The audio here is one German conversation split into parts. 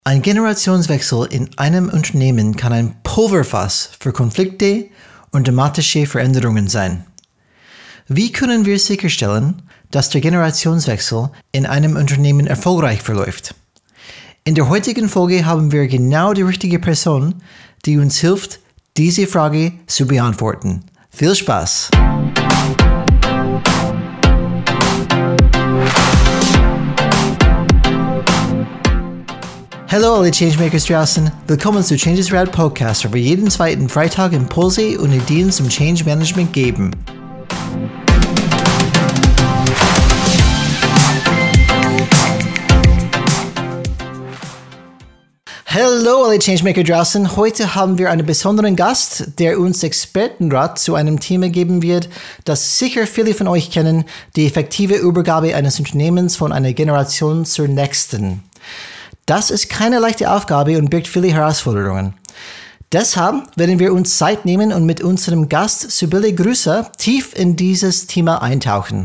Ein Generationswechsel in einem Unternehmen kann ein Pulverfass für Konflikte und dramatische Veränderungen sein. Wie können wir sicherstellen, dass der Generationswechsel in einem Unternehmen erfolgreich verläuft? In der heutigen Folge haben wir genau die richtige Person, die uns hilft, diese Frage zu beantworten. Viel Spaß! Hallo alle Changemakers draußen, willkommen zu Changes Rad Podcast, wo wir jeden zweiten Freitag Impulse und Ideen zum Change Management geben. Hallo alle Changemaker draußen, heute haben wir einen besonderen Gast, der uns Expertenrat zu einem Thema geben wird, das sicher viele von euch kennen, die effektive Übergabe eines Unternehmens von einer Generation zur nächsten. Das ist keine leichte Aufgabe und birgt viele Herausforderungen. Deshalb werden wir uns Zeit nehmen und mit unserem Gast Sibylle Grüßer tief in dieses Thema eintauchen.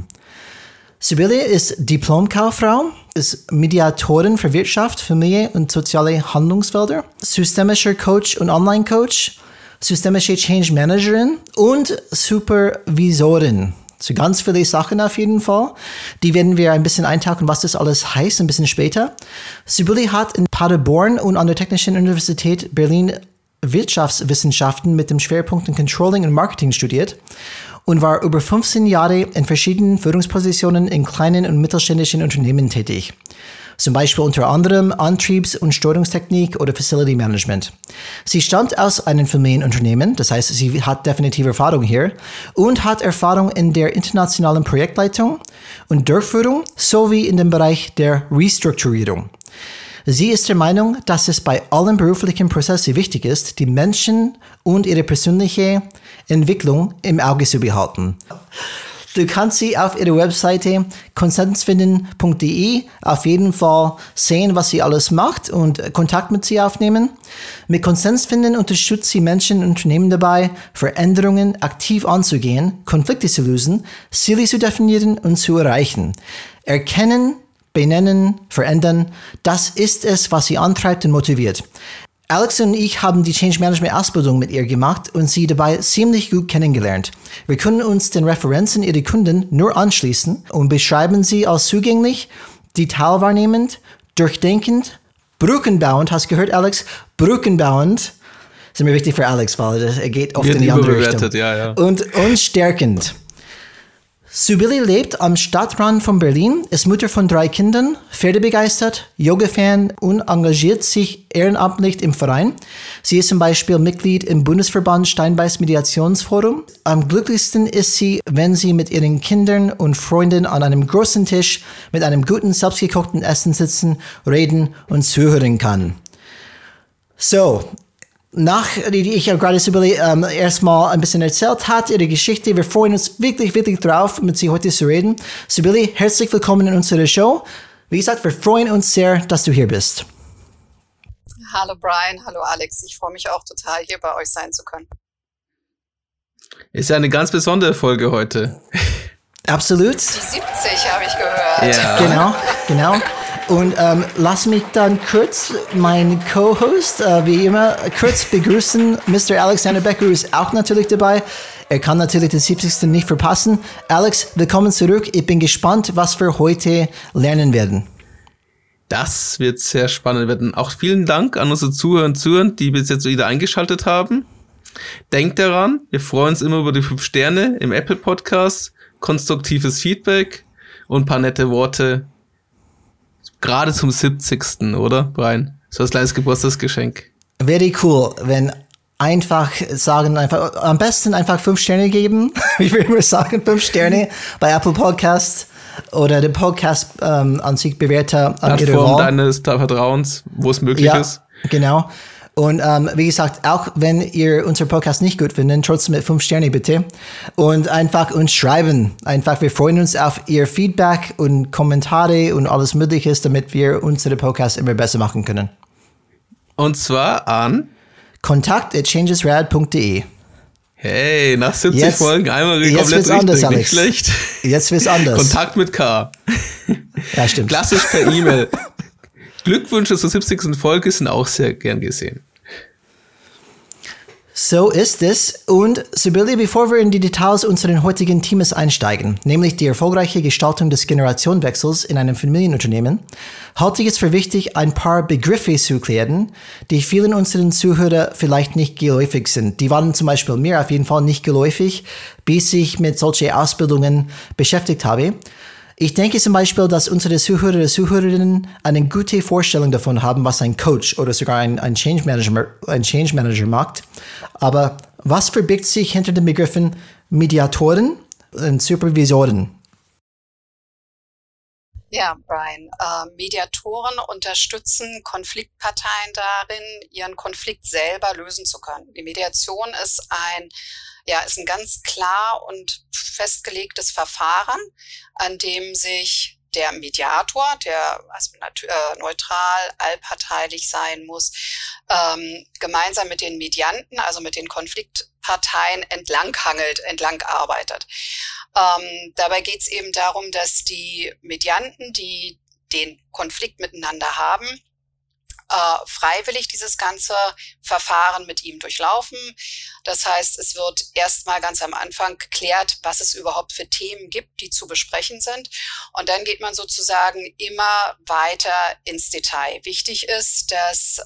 Sibylle ist Diplomkauffrau, ist Mediatorin für Wirtschaft, Familie und soziale Handlungsfelder, systemischer Coach und Online-Coach, systemische Change Managerin und Supervisorin. So ganz viele Sachen auf jeden Fall. Die werden wir ein bisschen eintauchen, was das alles heißt, ein bisschen später. Sibylle hat in Paderborn und an der Technischen Universität Berlin Wirtschaftswissenschaften mit dem Schwerpunkt in Controlling und Marketing studiert und war über 15 Jahre in verschiedenen Führungspositionen in kleinen und mittelständischen Unternehmen tätig. Zum Beispiel unter anderem Antriebs- und Steuerungstechnik oder Facility Management. Sie stammt aus einem Familienunternehmen, das heißt, sie hat definitiv Erfahrung hier und hat Erfahrung in der internationalen Projektleitung und Durchführung sowie in dem Bereich der Restrukturierung. Sie ist der Meinung, dass es bei allen beruflichen Prozessen wichtig ist, die Menschen und ihre persönliche Entwicklung im Auge zu behalten. Du kannst sie auf ihrer Webseite konsensfinden.de auf jeden Fall sehen, was sie alles macht und Kontakt mit sie aufnehmen. Mit Konsensfinden unterstützt sie Menschen und Unternehmen dabei, Veränderungen aktiv anzugehen, Konflikte zu lösen, Ziele zu definieren und zu erreichen. Erkennen, benennen, verändern, das ist es, was sie antreibt und motiviert. Alex und ich haben die Change Management Ausbildung mit ihr gemacht und sie dabei ziemlich gut kennengelernt. Wir können uns den Referenzen ihrer Kunden nur anschließen und beschreiben sie als zugänglich, detailwahrnehmend, durchdenkend, brückenbauend, hast du gehört, Alex? Brückenbauend, das ist mir wichtig für Alex, weil er geht oft in die andere Richtung. Ja. Und stärkend. Sibylle lebt am Stadtrand von Berlin, ist Mutter von 3 Kindern, pferdebegeistert, Yoga-Fan und engagiert sich ehrenamtlich im Verein. Sie ist zum Beispiel Mitglied im Bundesverband Steinbeiß Mediationsforum. Am glücklichsten ist sie, wenn sie mit ihren Kindern und Freunden an einem großen Tisch mit einem guten, selbstgekochten Essen sitzen, reden und zuhören kann. So, die ich ja gerade Sibylle erstmal ein bisschen erzählt hat, ihre Geschichte. Wir freuen uns wirklich, wirklich drauf, mit Sie heute zu reden. Sibylle, herzlich willkommen in unserer Show. Wie gesagt, wir freuen uns sehr, dass du hier bist. Hallo Brian, hallo Alex. Ich freue mich auch total, hier bei euch sein zu können. Ist ja eine ganz besondere Folge heute. Die Absolut. 70 habe ich gehört. Ja. Genau. Und lass mich dann kurz meinen Co-Host, wie immer, kurz begrüßen. Mr. Alexander Becker ist auch natürlich dabei. Er kann natürlich den 70. nicht verpassen. Alex, willkommen zurück. Ich bin gespannt, was wir heute lernen werden. Das wird sehr spannend werden. Auch vielen Dank an unsere Zuhörer und Zuhörer, die bis jetzt wieder eingeschaltet haben. Denkt daran, wir freuen uns immer über die 5 Sterne im Apple Podcast, konstruktives Feedback und ein paar nette Worte. Gerade zum 70. oder, Brian? So als kleines Geburtstagsgeschenk. Very cool, wenn am besten einfach 5 Sterne geben. Wie wir immer sagen, 5 Sterne bei Apple Podcasts oder den Podcast an sich bewerter an ihrer Plattform Wahl. deines Vertrauens, wo es möglich ist. Genau. Und wie gesagt, auch wenn ihr unseren Podcast nicht gut findet, trotzdem mit 5 Sterne bitte. Und einfach uns schreiben. Einfach, wir freuen uns auf ihr Feedback und Kommentare und alles Mögliche, damit wir unsere Podcast immer besser machen können. Und zwar an kontakt@changesrad.de. Hey, nach 70 Folgen einmal komplett richtig, nicht schlecht. Jetzt wird's anders. Kontakt mit K. Ja, stimmt. Klassisch per E-Mail. Glückwünsche zur 70. Folge sind auch sehr gern gesehen. So ist es. Und Sibylle, bevor wir in die Details unseres heutigen Teams einsteigen, nämlich die erfolgreiche Gestaltung des Generationenwechsels in einem Familienunternehmen, halte ich es für wichtig, ein paar Begriffe zu klären, die vielen unseren Zuhörern vielleicht nicht geläufig sind. Die waren zum Beispiel mir auf jeden Fall nicht geläufig, bis ich mit solchen Ausbildungen beschäftigt habe. Ich denke zum Beispiel, dass unsere Zuhörer und Zuhörerinnen eine gute Vorstellung davon haben, was ein Coach oder sogar ein Change Manager macht. Aber was verbirgt sich hinter den Begriffen Mediatoren und Supervisoren? Ja, Brian, Mediatoren unterstützen Konfliktparteien darin, ihren Konflikt selber lösen zu können. Die Mediation ist ein ganz klar und festgelegtes Verfahren, an dem sich der Mediator, der also neutral, allparteilich sein muss, gemeinsam mit den Medianten, also mit den Konfliktparteien entlang arbeitet. Dabei geht es eben darum, dass die Medianten, die den Konflikt miteinander haben, freiwillig dieses ganze Verfahren mit ihm durchlaufen. Das heißt, es wird erstmal ganz am Anfang geklärt, was es überhaupt für Themen gibt, die zu besprechen sind. Und dann geht man sozusagen immer weiter ins Detail. Wichtig ist, dass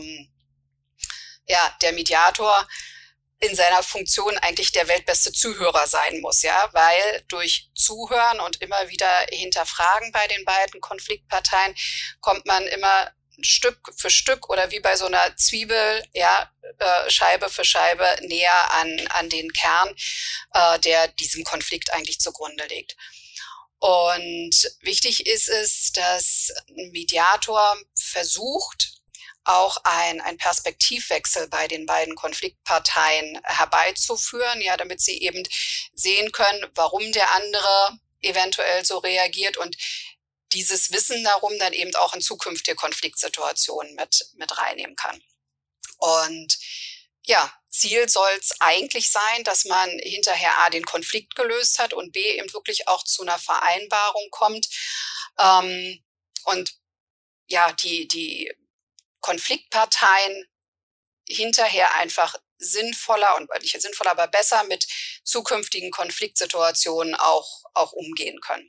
der Mediator in seiner Funktion eigentlich der weltbeste Zuhörer sein muss, ja, weil durch Zuhören und immer wieder hinterfragen bei den beiden Konfliktparteien kommt man immer Stück für Stück oder wie bei so einer Zwiebel, Scheibe für Scheibe näher an den Kern, der diesem Konflikt eigentlich zugrunde liegt. Und wichtig ist es, dass ein Mediator versucht, auch ein Perspektivwechsel bei den beiden Konfliktparteien herbeizuführen, ja, damit sie eben sehen können, warum der andere eventuell so reagiert und dieses Wissen darum dann eben auch in zukünftige Konfliktsituationen mit reinnehmen kann. Und ja, Ziel soll es eigentlich sein, dass man hinterher A, den Konflikt gelöst hat und B, eben wirklich auch zu einer Vereinbarung kommt. Und ja, die Konfliktparteien hinterher einfach aber besser mit zukünftigen Konfliktsituationen auch umgehen können.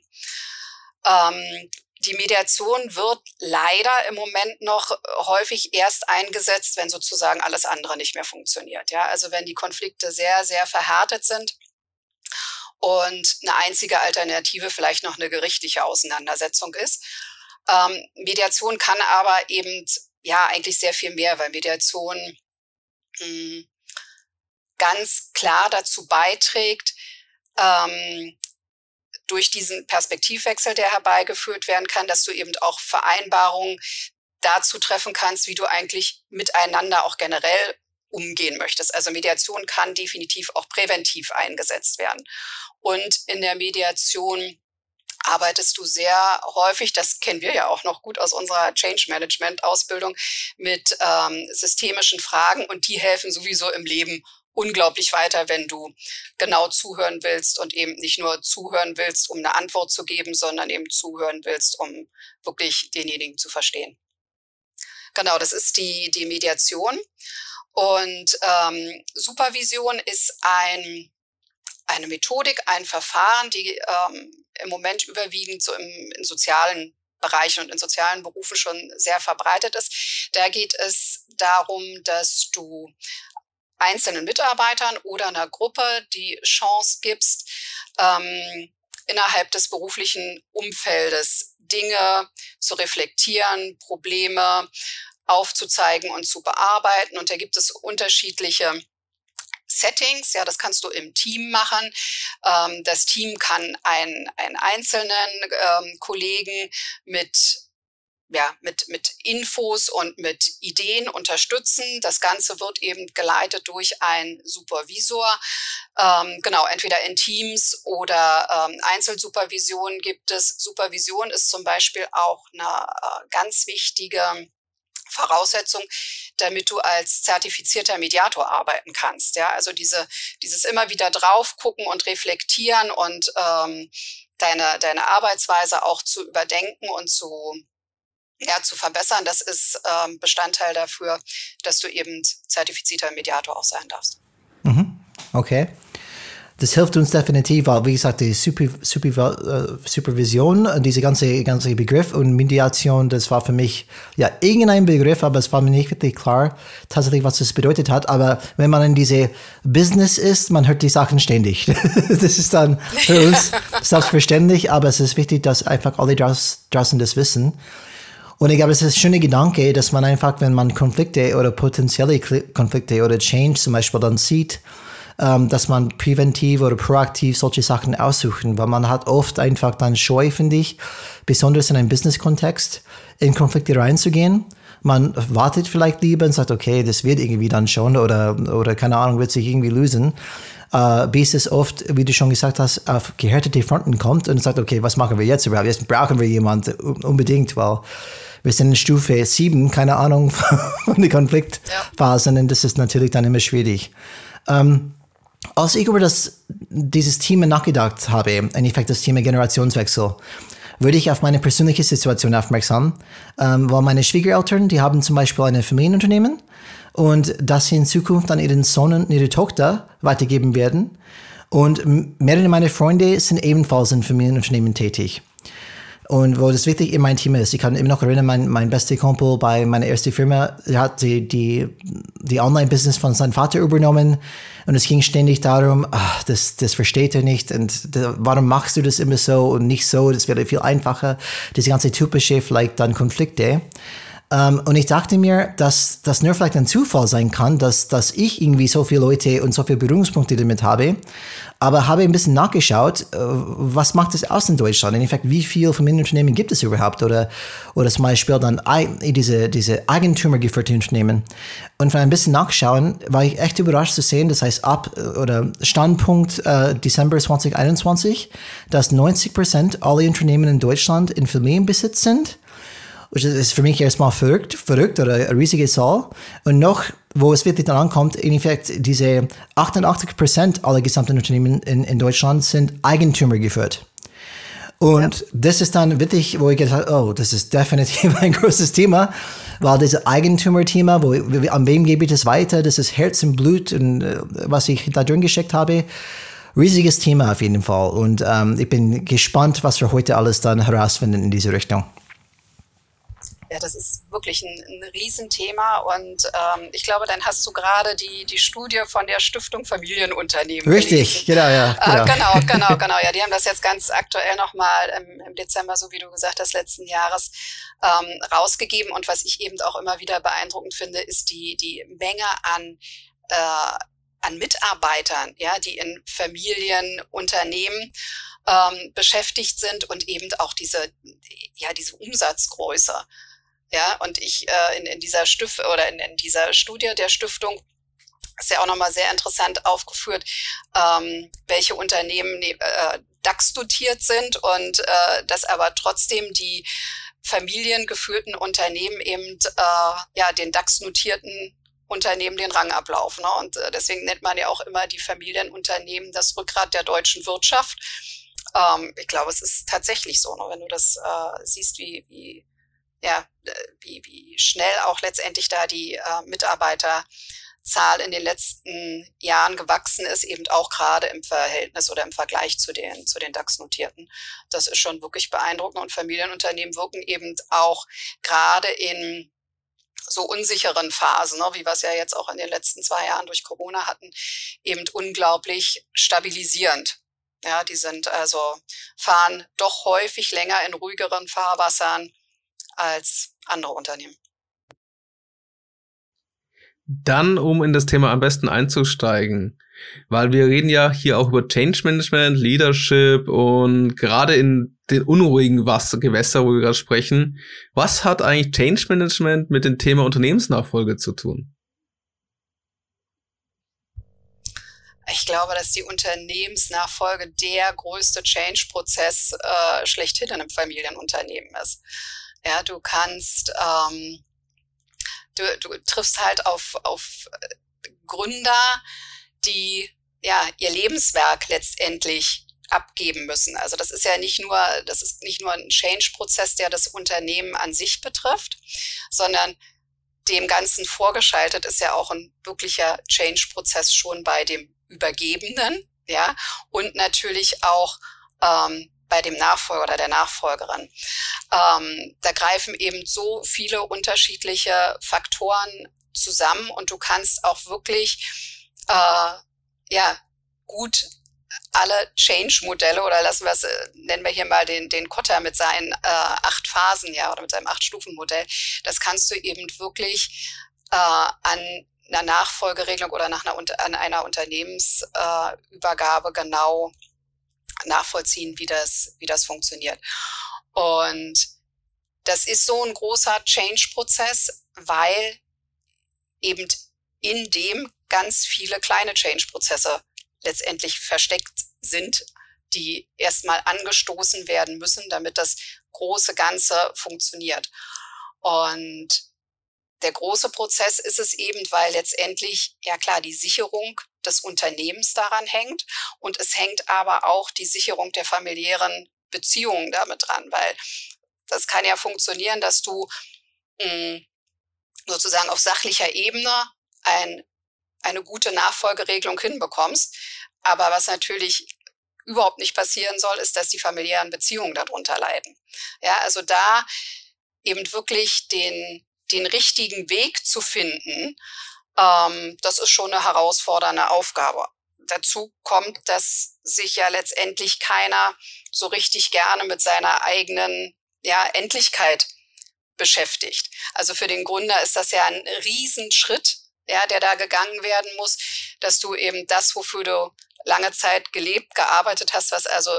Die Mediation wird leider im Moment noch häufig erst eingesetzt, wenn sozusagen alles andere nicht mehr funktioniert. Ja, also wenn die Konflikte sehr, sehr verhärtet sind und eine einzige Alternative vielleicht noch eine gerichtliche Auseinandersetzung ist. Mediation kann aber eben eigentlich sehr viel mehr, weil Mediation ganz klar dazu beiträgt, durch diesen Perspektivwechsel, der herbeigeführt werden kann, dass du eben auch Vereinbarungen dazu treffen kannst, wie du eigentlich miteinander auch generell umgehen möchtest. Also Mediation kann definitiv auch präventiv eingesetzt werden. Und in der Mediation arbeitest du sehr häufig, das kennen wir ja auch noch gut aus unserer Change Management Ausbildung, mit systemischen Fragen und die helfen sowieso im Leben unglaublich weiter, wenn du genau zuhören willst und eben nicht nur zuhören willst, um eine Antwort zu geben, sondern eben zuhören willst, um wirklich denjenigen zu verstehen. Genau, das ist die Mediation. Und Supervision ist eine Methodik, ein Verfahren, die im Moment überwiegend so in sozialen Bereichen und in sozialen Berufen schon sehr verbreitet ist. Da geht es darum, dass du einzelnen Mitarbeitern oder einer Gruppe die Chance gibst, innerhalb des beruflichen Umfeldes Dinge zu reflektieren, Probleme aufzuzeigen und zu bearbeiten. Und da gibt es unterschiedliche Settings, ja, das kannst du im Team machen. Das Team kann einen einzelnen Kollegen mit Infos und mit Ideen unterstützen. Das Ganze wird eben geleitet durch einen Supervisor. Entweder in Teams oder Einzelsupervision gibt es. Supervision ist zum Beispiel auch eine ganz wichtige Voraussetzung, damit du als zertifizierter Mediator arbeiten kannst. Ja, also dieses immer wieder drauf gucken und reflektieren und deine Arbeitsweise auch zu überdenken und zu zu verbessern. Das ist Bestandteil dafür, dass du eben zertifizierter Mediator auch sein darfst. Okay. Das hilft uns definitiv, weil, wie gesagt, die Supervision, diese ganze Begriff und Mediation, das war für mich, ja, irgendein Begriff, aber es war mir nicht wirklich klar, tatsächlich, was das bedeutet hat. Aber wenn man in diese Business ist, man hört die Sachen ständig. Das ist dann für uns selbstverständlich, aber es ist wichtig, dass einfach alle draußen das wissen. Und ich glaube, es ist ein schöner Gedanke, dass man einfach, wenn man Konflikte oder potenzielle Konflikte oder Change zum Beispiel dann sieht, dass man präventiv oder proaktiv solche Sachen aussuchen, weil man hat oft einfach dann Scheu, finde ich, besonders in einem Business-Kontext, in Konflikte reinzugehen. Man wartet vielleicht lieber und sagt, okay, das wird irgendwie dann schon oder keine Ahnung, wird sich irgendwie lösen. Bis es oft, wie du schon gesagt hast, auf gehärtete Fronten kommt und sagt, okay, was machen wir jetzt überhaupt? Jetzt brauchen wir jemanden unbedingt, weil wir sind in Stufe 7, keine Ahnung, von den Konfliktphasen und das ist natürlich dann immer schwierig. Als ich über dieses Thema nachgedacht habe, im Endeffekt das Thema Generationswechsel, wurde ich auf meine persönliche Situation aufmerksam, weil meine Schwiegereltern, die haben zum Beispiel ein Familienunternehmen und das sie in Zukunft an ihren Sohn und ihre Tochter weitergeben werden. Und mehrere meiner Freunde sind ebenfalls in Familienunternehmen tätig. Und wo das wirklich in mein Team ist. Ich kann immer noch erinnern, mein bester Kumpel bei meiner ersten Firma, der hat die Online-Business von seinem Vater übernommen. Und es ging ständig darum, das versteht er nicht. Und warum machst du das immer so und nicht so? Das wäre viel einfacher. Diese ganze typische, vielleicht dann Konflikte. Und ich dachte mir, dass das nur vielleicht ein Zufall sein kann, dass ich irgendwie so viele Leute und so viele Berührungspunkte damit habe. Aber habe ein bisschen nachgeschaut, was macht es aus in Deutschland? In Effekt, wie viele Familienunternehmen gibt es überhaupt? Oder zum Beispiel dann diese eigentümergeführte Unternehmen. Und von ein bisschen nachschauen, war ich echt überrascht zu sehen, das heißt Standpunkt Dezember 2021, dass 90% aller Unternehmen in Deutschland in Familienbesitz sind. Das ist für mich erstmal verrückt oder eine riesige Zahl. Und noch, wo es wirklich dann ankommt, in Effekt, diese 88% aller gesamten Unternehmen in Deutschland sind Eigentümer geführt. Und das ist dann wirklich, wo ich gesagt habe, das ist definitiv ein großes Thema, weil dieses Eigentümer-Thema, an wem gebe ich das weiter, das ist Herz und Blut und was ich da drin gesteckt habe. Riesiges Thema auf jeden Fall. Und ich bin gespannt, was wir heute alles dann herausfinden in diese Richtung. Ja, das ist wirklich ein Riesenthema und ich glaube, dann hast du gerade die Studie von der Stiftung Familienunternehmen Richtig, genau, ja. Genau. Ja, die haben das jetzt ganz aktuell nochmal im Dezember, so wie du gesagt hast, letzten Jahres rausgegeben. Und was ich eben auch immer wieder beeindruckend finde, ist die Menge an Mitarbeitern, ja, die in Familienunternehmen beschäftigt sind und eben auch diese Umsatzgröße. Ja, und ich in dieser in dieser Studie der Stiftung ist ja auch nochmal sehr interessant aufgeführt, welche Unternehmen DAX dotiert sind und dass aber trotzdem die familiengeführten Unternehmen eben den DAX notierten Unternehmen den Rang ablaufen. Ne? Und deswegen nennt man ja auch immer die Familienunternehmen das Rückgrat der deutschen Wirtschaft. Ich glaube, es ist tatsächlich so, ne? Wenn du das siehst, wie schnell auch letztendlich da die Mitarbeiterzahl in den letzten Jahren gewachsen ist, eben auch gerade im Verhältnis oder im Vergleich zu den DAX-Notierten. Das ist schon wirklich beeindruckend und Familienunternehmen wirken eben auch gerade in so unsicheren Phasen, ne, wie wir es ja jetzt auch in den letzten 2 Jahren durch Corona hatten, eben unglaublich stabilisierend. Ja, die fahren doch häufig länger in ruhigeren Fahrwassern als andere Unternehmen. Dann, um in das Thema am besten einzusteigen, weil wir reden ja hier auch über Change Management, Leadership und gerade in den unruhigen Gewässer, wo wir gerade sprechen, was hat eigentlich Change Management mit dem Thema Unternehmensnachfolge zu tun? Ich glaube, dass die Unternehmensnachfolge der größte Change-Prozess schlechthin in einem Familienunternehmen ist. Ja, du kannst, du triffst halt auf Gründer, die ihr Lebenswerk letztendlich abgeben müssen. Also das ist nicht nur ein Change-Prozess, der das Unternehmen an sich betrifft, sondern dem Ganzen vorgeschaltet ist ja auch ein wirklicher Change-Prozess schon bei dem Übergebenen, ja, und natürlich auch bei dem Nachfolger oder der Nachfolgerin. Da greifen eben so viele unterschiedliche Faktoren zusammen und du kannst auch wirklich gut alle Change-Modelle oder nennen wir hier mal den Kotter mit seinen 8 Phasen, ja, oder mit seinem 8-Stufen-Modell. Das kannst du eben wirklich an einer Nachfolgeregelung oder an einer Unternehmensübergabe genau nachvollziehen, wie das funktioniert. Und das ist so ein großer Change-Prozess, weil eben in dem ganz viele kleine Change-Prozesse letztendlich versteckt sind, die erstmal angestoßen werden müssen, damit das große Ganze funktioniert. Und der große Prozess ist es eben, weil letztendlich, ja klar, die Sicherung des Unternehmens daran hängt und es hängt aber auch die Sicherung der familiären Beziehungen damit dran, weil das kann ja funktionieren, dass du sozusagen auf sachlicher Ebene eine gute Nachfolgeregelung hinbekommst. Aber was natürlich überhaupt nicht passieren soll, ist, dass die familiären Beziehungen darunter leiden. Ja, also da eben wirklich den richtigen Weg zu finden, das ist schon eine herausfordernde Aufgabe. Dazu kommt, dass sich ja letztendlich keiner so richtig gerne mit seiner eigenen Endlichkeit beschäftigt. Also für den Gründer ist das ja ein Riesenschritt, ja, der da gegangen werden muss, dass du eben das, wofür du lange Zeit gelebt, gearbeitet hast, was also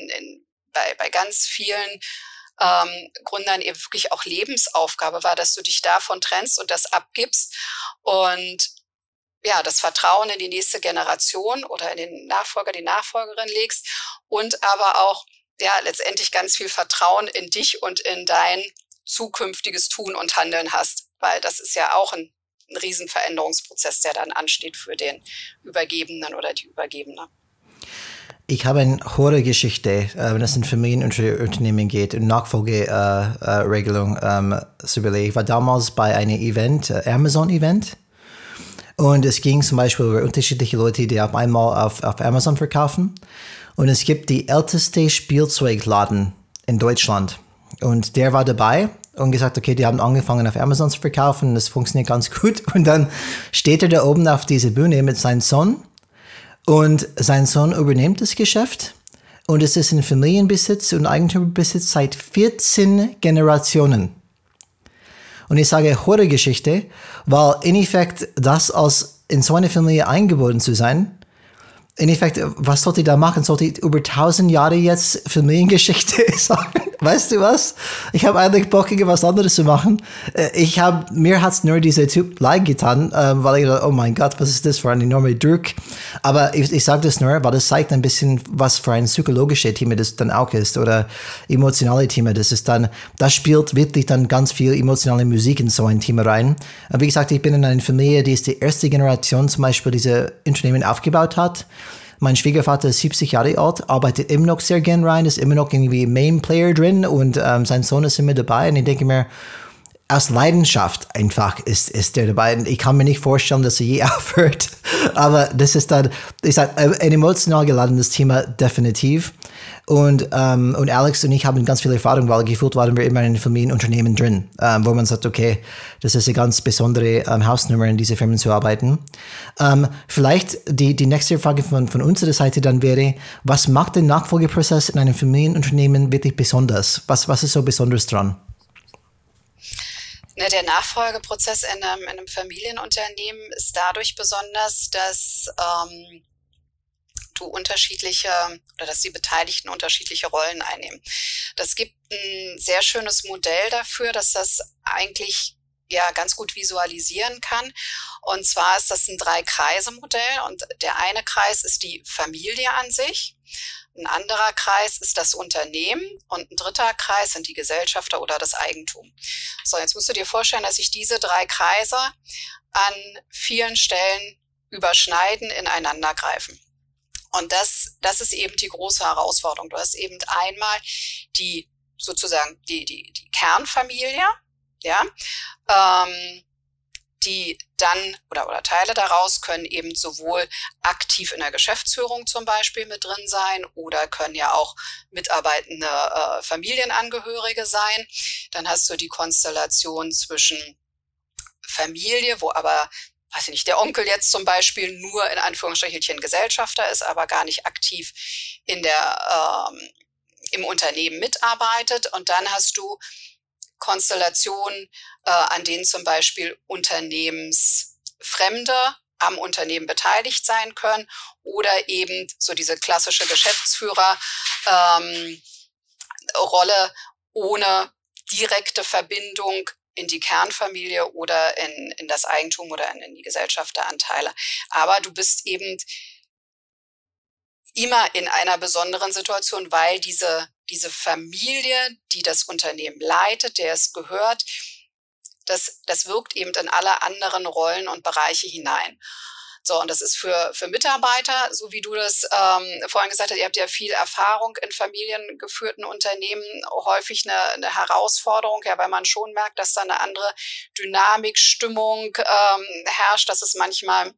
bei ganz vielen Gründern eben wirklich auch Lebensaufgabe war, dass du dich davon trennst und das abgibst und ja, das Vertrauen in die nächste Generation oder in den Nachfolger, die Nachfolgerin legst und aber auch letztendlich ganz viel Vertrauen in dich und in dein zukünftiges Tun und Handeln hast, weil das ist ja auch ein Riesenveränderungsprozess, der dann ansteht für den Übergebenen oder die Übergebene. Ich habe eine Horrorgeschichte, wenn es in Familienunternehmen geht, in Nachfolgeregelung zu überlegen. Ich war damals bei einem Event, Amazon-Event. Und es ging zum Beispiel über unterschiedliche Leute, die auf einmal auf Amazon verkaufen. Und es gibt die älteste Spielzeugladen in Deutschland. Und der war dabei und gesagt, okay, die haben angefangen auf Amazon zu verkaufen. Das funktioniert ganz gut. Und dann steht er da oben auf dieser Bühne mit seinem Sohn. Und sein Sohn übernimmt das Geschäft. Und es ist in Familienbesitz und Eigentümerbesitz seit 14 Generationen. Und ich sage Horrorgeschichte, weil in Effekt das als in so eine Familie eingebunden zu sein, in Effekt, was sollte ich da machen? Sollte ich über 1000 Jahre jetzt Familiengeschichte sagen? Weißt du was? Ich habe eigentlich Bock, was anderes zu machen. Mir hat's nur dieser Typ leid getan, weil ich dachte, oh mein Gott, was ist das für ein enormer Druck? Aber ich sage das nur, weil das zeigt ein bisschen, was für ein psychologisches Thema das dann auch ist oder emotionale Thema. Das spielt wirklich dann ganz viel emotionale Musik in so ein Thema rein. Wie gesagt, ich bin in einer Familie, die ist die erste Generation zum Beispiel diese Unternehmen aufgebaut hat. Mein Schwiegervater ist 70 Jahre alt, arbeitet immer noch sehr gern rein, ist immer noch irgendwie Main Player drin und sein Sohn ist immer dabei. Und ich denke mir, aus Leidenschaft einfach ist der dabei. Und ich kann mir nicht vorstellen, dass er je aufhört. Aber das ist dann, ich sage, ein emotional geladenes Thema definitiv. Und Alex und ich haben ganz viel Erfahrung, weil gefühlt waren wir immer in Familienunternehmen drin, wo man sagt, okay, das ist eine ganz besondere Hausnummer, in diese Firmen zu arbeiten. Vielleicht die nächste Frage von unserer Seite dann wäre, was macht den Nachfolgeprozess in einem Familienunternehmen wirklich besonders? Was ist so besonders dran? Der Nachfolgeprozess in einem Familienunternehmen ist dadurch besonders, dass dass die Beteiligten unterschiedliche Rollen einnehmen. Das gibt ein sehr schönes Modell dafür, dass das eigentlich ganz gut visualisieren kann. Und zwar ist das ein 3-Kreise-Modell und der eine Kreis ist die Familie an sich, ein anderer Kreis ist das Unternehmen und ein dritter Kreis sind die Gesellschafter oder das Eigentum. So, jetzt musst du dir vorstellen, dass sich diese 3 Kreise an vielen Stellen überschneiden, ineinander greifen. Und das ist eben die große Herausforderung. Du hast eben einmal die Kernfamilie, ja, die dann oder Teile daraus können eben sowohl aktiv in der Geschäftsführung zum Beispiel mit drin sein oder können ja auch mitarbeitende Familienangehörige sein. Dann hast du die Konstellation zwischen Familie, wo aber, weiß ich nicht, der Onkel jetzt zum Beispiel nur in Anführungsstrichelchen Gesellschafter ist, aber gar nicht aktiv in im Unternehmen mitarbeitet. Und dann hast du Konstellationen, an denen zum Beispiel Unternehmensfremde am Unternehmen beteiligt sein können oder eben so diese klassische Geschäftsführerrolle ohne direkte Verbindung in die Kernfamilie oder in das Eigentum oder in die Gesellschafteranteile. Aber du bist eben immer in einer besonderen Situation, weil diese Familie, die das Unternehmen leitet, der es gehört, das wirkt eben in alle anderen Rollen und Bereiche hinein. So, und das ist für Mitarbeiter, so wie du das vorhin gesagt hast, ihr habt ja viel Erfahrung in familiengeführten Unternehmen, häufig eine Herausforderung, ja, weil man schon merkt, dass da eine andere Dynamik, Stimmung herrscht, dass es manchmal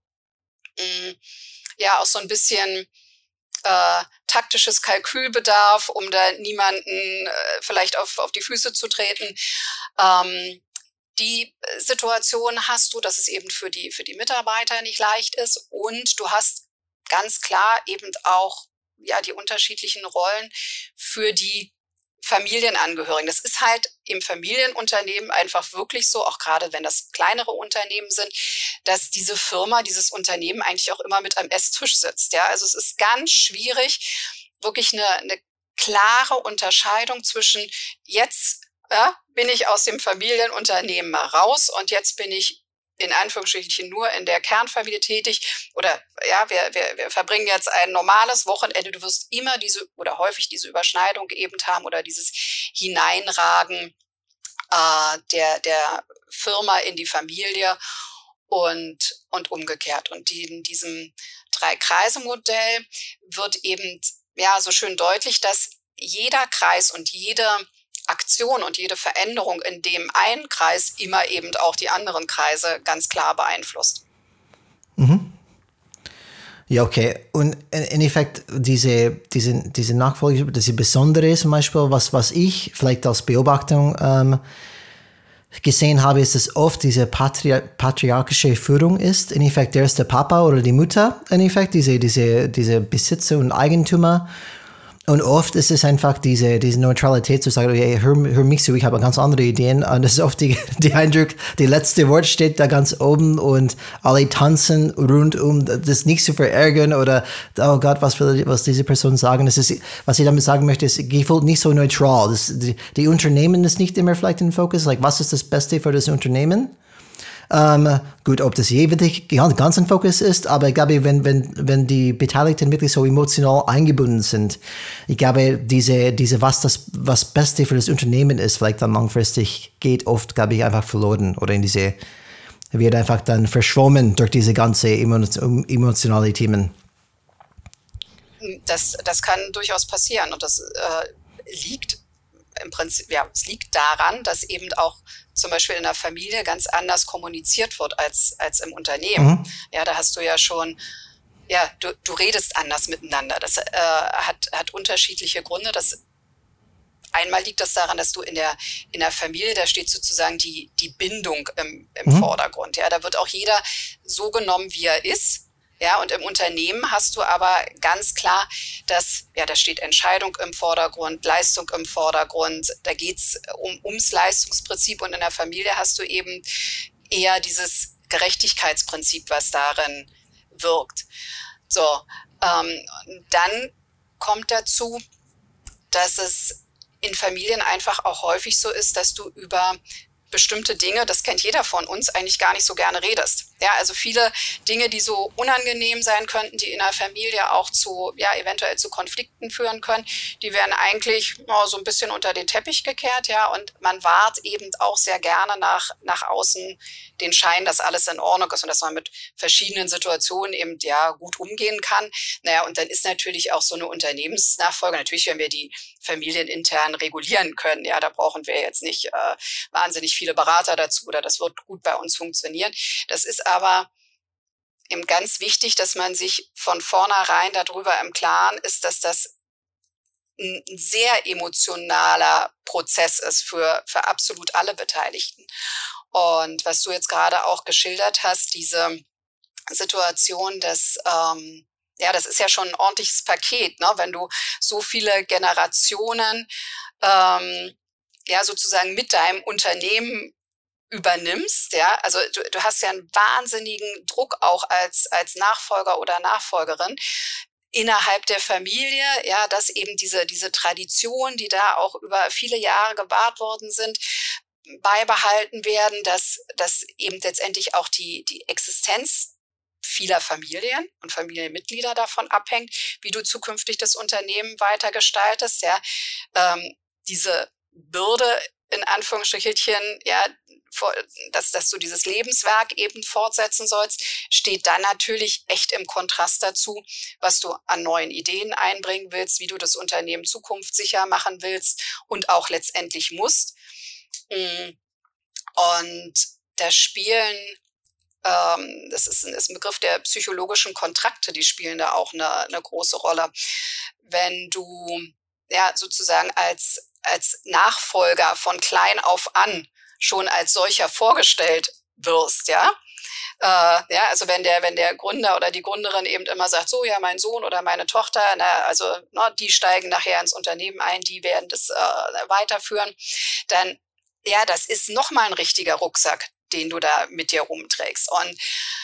ja auch so ein bisschen taktisches Kalkül bedarf, um da niemanden vielleicht auf die Füße zu treten. Die Situation hast du, dass es eben für die Mitarbeiter nicht leicht ist, und du hast ganz klar eben auch ja die unterschiedlichen Rollen für die Familienangehörigen. Das ist halt im Familienunternehmen einfach wirklich so, auch gerade wenn das kleinere Unternehmen sind, dass diese Firma, dieses Unternehmen eigentlich auch immer mit am Esstisch sitzt. Ja, also es ist ganz schwierig, wirklich eine klare Unterscheidung zwischen jetzt bin ich aus dem Familienunternehmen mal raus und jetzt bin ich in Anführungsstrichen nur in der Kernfamilie tätig, oder ja, wir verbringen jetzt ein normales Wochenende. Du wirst immer häufig diese Überschneidung eben haben oder dieses Hineinragen der Firma in die Familie und umgekehrt. Und in diesem 3-Kreise-Modell wird eben ja so schön deutlich, dass jeder Kreis und jede Aktion und jede Veränderung in dem einen Kreis immer eben auch die anderen Kreise ganz klar beeinflusst. Mhm. Ja, okay. Und im Endeffekt diese Nachfolge, diese Besondere zum Beispiel, was ich vielleicht als Beobachtung gesehen habe, ist, dass oft diese patriarchische Führung ist. In Effekt, der ist der Papa oder die Mutter, in Effekt, diese Besitzer und Eigentümer. Und oft ist es einfach diese Neutralität zu sagen, hey, hör mich zu, ich habe ganz andere Ideen. Und das ist oft die Eindruck, die letzte Wort steht da ganz oben und alle tanzen rund um das nicht zu verärgern oder, oh Gott, was diese Person sagen. Das ist, was ich damit sagen möchte, ist, gefühlt nicht so neutral. Die Unternehmen ist nicht immer vielleicht im Fokus, like, was ist das Beste für das Unternehmen? Gut, ob das wirklich ganz im Fokus ist, aber ich glaube, wenn die Beteiligten wirklich so emotional eingebunden sind, ich glaube, was Beste für das Unternehmen ist, vielleicht dann langfristig, geht oft, glaube ich, einfach verloren oder wird einfach dann verschwommen durch diese ganze emotionale Themen. Das kann durchaus passieren, und das liegt im Prinzip, ja, es liegt daran, dass eben auch zum Beispiel in der Familie ganz anders kommuniziert wird als im Unternehmen. Mhm. Ja, da hast du ja schon, ja, du redest anders miteinander. Das hat unterschiedliche Gründe. Einmal liegt das daran, dass du in der Familie, da steht sozusagen die Bindung im Vordergrund. Ja, da wird auch jeder so genommen, wie er ist. Ja, und im Unternehmen hast du aber ganz klar, da steht Entscheidung im Vordergrund, Leistung im Vordergrund, da geht's ums Leistungsprinzip, und in der Familie hast du eben eher dieses Gerechtigkeitsprinzip, was darin wirkt. So, dann kommt dazu, dass es in Familien einfach auch häufig so ist, dass du über bestimmte Dinge, das kennt jeder von uns, eigentlich gar nicht so gerne redest. Ja, also viele Dinge, die so unangenehm sein könnten, die in der Familie auch zu, ja, eventuell zu Konflikten führen können, die werden eigentlich so ein bisschen unter den Teppich gekehrt, ja, und man wahrt eben auch sehr gerne nach außen den Schein, dass alles in Ordnung ist und dass man mit verschiedenen Situationen eben, ja, gut umgehen kann. Naja, und dann ist natürlich auch so eine Unternehmensnachfolge, natürlich werden wir die Familien intern regulieren können, ja, da brauchen wir jetzt nicht wahnsinnig viele Berater dazu oder das wird gut bei uns funktionieren. Das ist aber eben ganz wichtig, dass man sich von vornherein darüber im Klaren ist, dass das ein sehr emotionaler Prozess ist für absolut alle Beteiligten. Und was du jetzt gerade auch geschildert hast, diese Situation, dass ja, das ist ja schon ein ordentliches Paket, ne? Wenn du so viele Generationen ja sozusagen mit deinem Unternehmen übernimmst, ja, also du hast ja einen wahnsinnigen Druck auch als Nachfolger oder Nachfolgerin innerhalb der Familie, ja, dass eben diese Traditionen, die da auch über viele Jahre gewahrt worden sind, beibehalten werden, dass eben letztendlich auch die Existenz vieler Familien und Familienmitglieder davon abhängt, wie du zukünftig das Unternehmen weiter gestaltest, ja, diese Bürde in Anführungsstrichen, ja, dass du dieses Lebenswerk eben fortsetzen sollst, steht dann natürlich echt im Kontrast dazu, was du an neuen Ideen einbringen willst, wie du das Unternehmen zukunftssicher machen willst und auch letztendlich musst. Und da spielen, das ist ein Begriff der psychologischen Kontrakte, die spielen da auch eine große Rolle. Wenn du ja sozusagen als Nachfolger von klein auf an schon als solcher vorgestellt wirst, ja. Ja, also wenn der Gründer oder die Gründerin eben immer sagt, so, ja, mein Sohn oder meine Tochter, also die steigen nachher ins Unternehmen ein, die werden das weiterführen, dann, ja, das ist nochmal ein richtiger Rucksack, den du da mit dir rumträgst. Und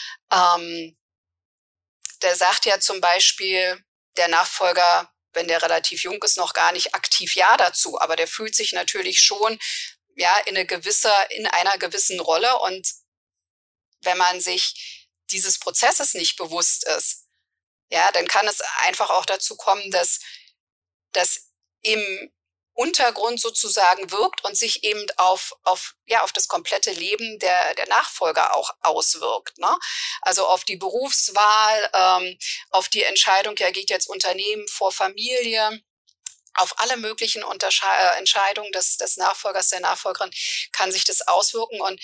der sagt ja zum Beispiel, der Nachfolger, wenn der relativ jung ist, noch gar nicht aktiv ja dazu, aber der fühlt sich natürlich schon ja in einer gewissen Rolle. Und wenn man sich dieses Prozesses nicht bewusst ist, ja, dann kann es einfach auch dazu kommen, dass das im Untergrund sozusagen wirkt und sich eben auf das komplette Leben der Nachfolger auch auswirkt, ne? Also auf die Berufswahl, auf die Entscheidung, ja, geht jetzt Unternehmen vor Familie, auf alle möglichen Entscheidungen des Nachfolgers, der Nachfolgerin kann sich das auswirken. Und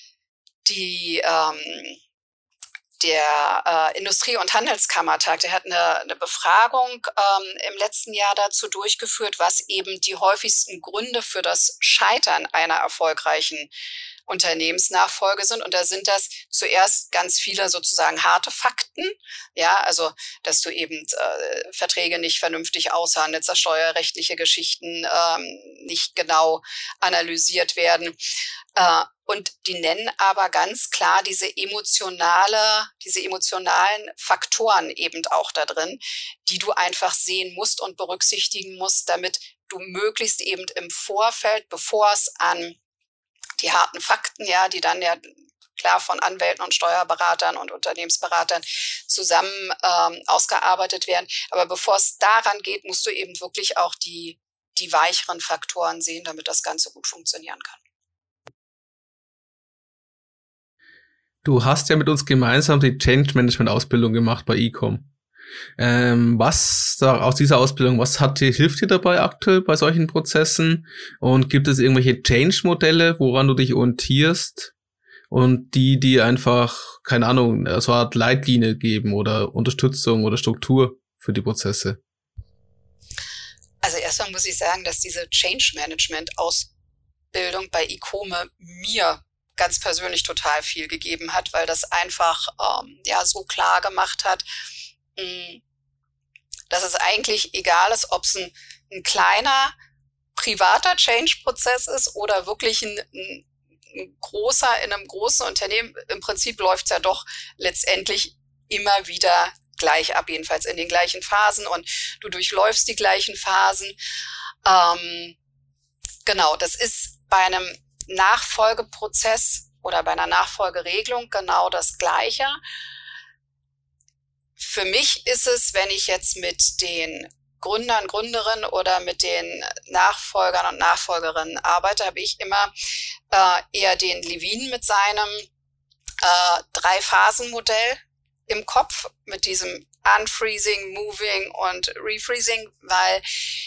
der Industrie- und Handelskammertag, der hat eine Befragung im letzten Jahr dazu durchgeführt, was eben die häufigsten Gründe für das Scheitern einer erfolgreichen Unternehmensnachfolge sind. Und da sind das zuerst ganz viele sozusagen harte Fakten, ja, also dass du eben Verträge nicht vernünftig aushandelst, dass steuerrechtliche Geschichten nicht genau analysiert werden. Und die nennen aber ganz klar diese emotionalen Faktoren eben auch da drin, die du einfach sehen musst und berücksichtigen musst, damit du möglichst eben im Vorfeld, bevor es an die harten Fakten, ja, die dann ja klar von Anwälten und Steuerberatern und Unternehmensberatern zusammen ausgearbeitet werden. Aber bevor es daran geht, musst du eben wirklich auch die weicheren Faktoren sehen, damit das Ganze gut funktionieren kann. Du hast ja mit uns gemeinsam die Change Management Ausbildung gemacht bei Ecom. Was da aus dieser Ausbildung, hilft dir dabei aktuell bei solchen Prozessen? Und gibt es irgendwelche Change-Modelle, woran du dich orientierst und die einfach, keine Ahnung, so eine Art Leitlinie geben oder Unterstützung oder Struktur für die Prozesse? Also erstmal muss ich sagen, dass diese Change Management Ausbildung bei Ecome mir ganz persönlich total viel gegeben hat, weil das einfach so klar gemacht hat, dass es eigentlich egal ist, ob es ein kleiner privater Change-Prozess ist oder wirklich ein großer in einem großen Unternehmen. Im Prinzip läuft es ja doch letztendlich immer wieder gleich ab, jedenfalls in den gleichen Phasen, und du durchläufst die gleichen Phasen. Genau, das ist bei einem Nachfolgeprozess oder bei einer Nachfolgeregelung genau das Gleiche. Für mich ist es, wenn ich jetzt mit den Gründern, Gründerinnen oder mit den Nachfolgern und Nachfolgerinnen arbeite, habe ich immer eher den Levin mit seinem 3-Phasen-Modell im Kopf, mit diesem Unfreezing, Moving und Refreezing, weil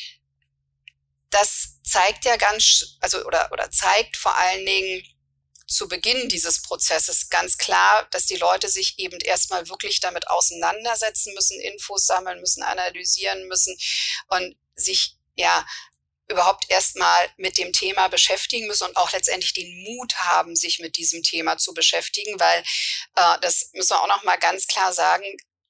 das zeigt ja oder zeigt vor allen Dingen zu Beginn dieses Prozesses ganz klar, dass die Leute sich eben erstmal wirklich damit auseinandersetzen müssen, Infos sammeln müssen, analysieren müssen und sich überhaupt erstmal mit dem Thema beschäftigen müssen und auch letztendlich den Mut haben, sich mit diesem Thema zu beschäftigen, weil das müssen wir auch noch mal ganz klar sagen,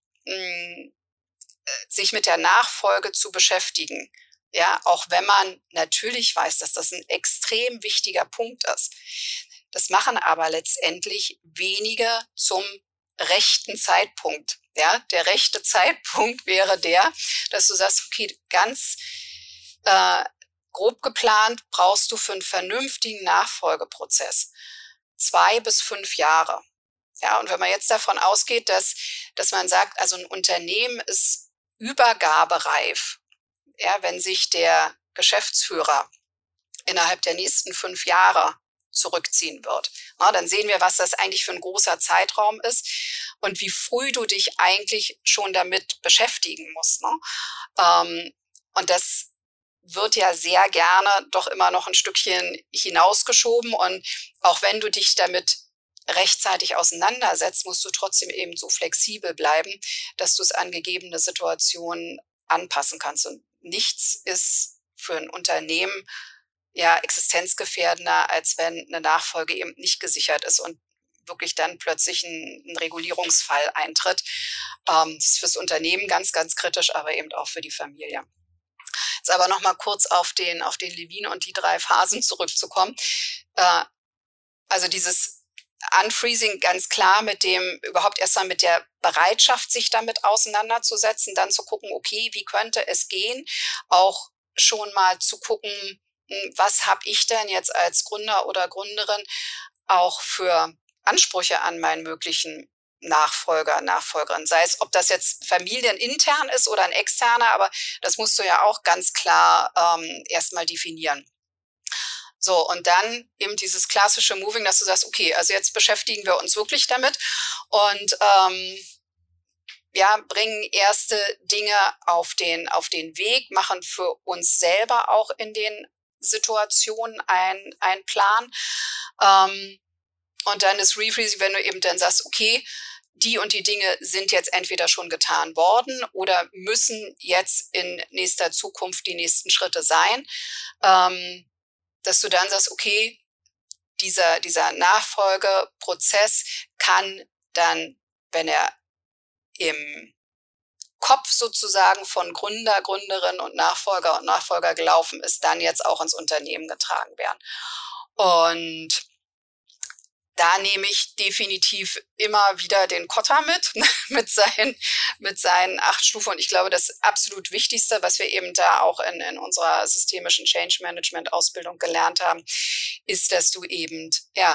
sich mit der Nachfolge zu beschäftigen. Ja, auch wenn man natürlich weiß, dass das ein extrem wichtiger Punkt ist. Das machen aber letztendlich wenige zum rechten Zeitpunkt. Ja, der rechte Zeitpunkt wäre der, dass du sagst, okay, ganz grob geplant brauchst du für einen vernünftigen Nachfolgeprozess 2 bis 5 Jahre. Ja, und wenn man jetzt davon ausgeht, dass man sagt, also ein Unternehmen ist übergabereif, ja, wenn sich der Geschäftsführer innerhalb der nächsten 5 Jahre zurückziehen wird, ja, dann sehen wir, was das eigentlich für ein großer Zeitraum ist und wie früh du dich eigentlich schon damit beschäftigen musst. Ne? Und das wird ja sehr gerne doch immer noch ein Stückchen hinausgeschoben. Und auch wenn du dich damit rechtzeitig auseinandersetzt, musst du trotzdem eben so flexibel bleiben, dass du es an gegebene Situationen anpassen kannst. Und nichts ist für ein Unternehmen existenzgefährdender, als wenn eine Nachfolge eben nicht gesichert ist und wirklich dann plötzlich ein Regulierungsfall eintritt. Das ist fürs Unternehmen ganz, ganz kritisch, aber eben auch für die Familie. Jetzt aber noch mal kurz auf den Levin und die 3 Phasen zurückzukommen. Also dieses Unfreezing ganz klar überhaupt erstmal mit der Bereitschaft, sich damit auseinanderzusetzen, dann zu gucken, okay, wie könnte es gehen? Auch schon mal zu gucken, was habe ich denn jetzt als Gründer oder Gründerin auch für Ansprüche an meinen möglichen Nachfolger, Nachfolgerin, sei es, ob das jetzt familienintern ist oder ein externer, aber das musst du ja auch ganz klar erstmal definieren. So, und dann eben dieses klassische Moving, dass du sagst, okay, also jetzt beschäftigen wir uns wirklich damit und bringen erste Dinge auf den Weg, machen für uns selber auch in den Situationen einen Plan. Und dann ist Refreezing, wenn du eben dann sagst, okay, die und die Dinge sind jetzt entweder schon getan worden oder müssen jetzt in nächster Zukunft die nächsten Schritte sein, dass du dann sagst, okay, dieser Nachfolgeprozess kann dann, wenn er im Kopf sozusagen von Gründer, Gründerin und Nachfolger gelaufen ist, dann jetzt auch ins Unternehmen getragen werden. Und da nehme ich definitiv immer wieder den Kotter mit seinen 8 Stufen. Und ich glaube, das absolut Wichtigste, was wir eben da auch in unserer systemischen Change Management Ausbildung gelernt haben, ist, dass du eben,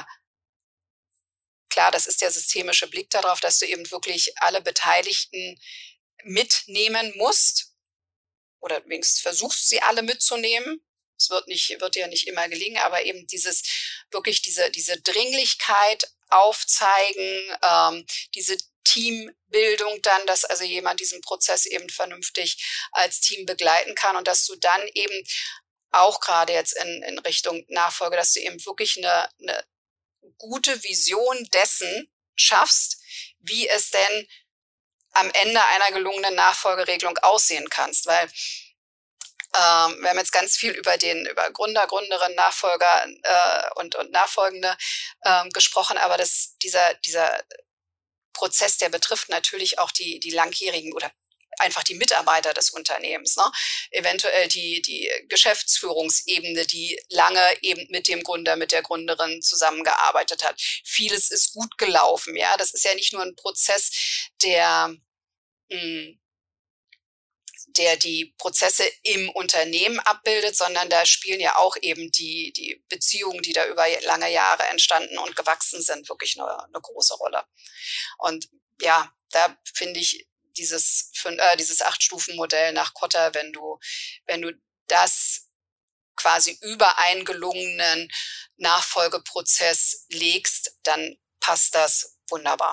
klar, das ist der systemische Blick darauf, dass du eben wirklich alle Beteiligten mitnehmen musst oder wenigstens versuchst, sie alle mitzunehmen. Es wird dir nicht immer gelingen, aber eben diese Dringlichkeit aufzeigen, diese Teambildung dann, dass also jemand diesen Prozess eben vernünftig als Team begleiten kann und dass du dann eben auch gerade jetzt in Richtung Nachfolge, dass du eben wirklich eine gute Vision dessen schaffst, wie es denn am Ende einer gelungenen Nachfolgeregelung aussehen kannst, weil wir haben jetzt ganz viel über Gründer, Gründerinnen, Nachfolger und Nachfolgende gesprochen, aber dieser Prozess, der betrifft natürlich auch die langjährigen oder einfach die Mitarbeiter des Unternehmens, ne? Eventuell die Geschäftsführungsebene, die lange eben mit dem Gründer, mit der Gründerin zusammengearbeitet hat. Vieles ist gut gelaufen, ja. Das ist ja nicht nur ein Prozess, der der die Prozesse im Unternehmen abbildet, sondern da spielen ja auch eben die Beziehungen, die da über lange Jahre entstanden und gewachsen sind, wirklich eine große Rolle. Und ja, da finde ich dieses 8-Stufen-Modell nach Kotter, wenn du das quasi über einen gelungenen Nachfolgeprozess legst, dann passt das wunderbar.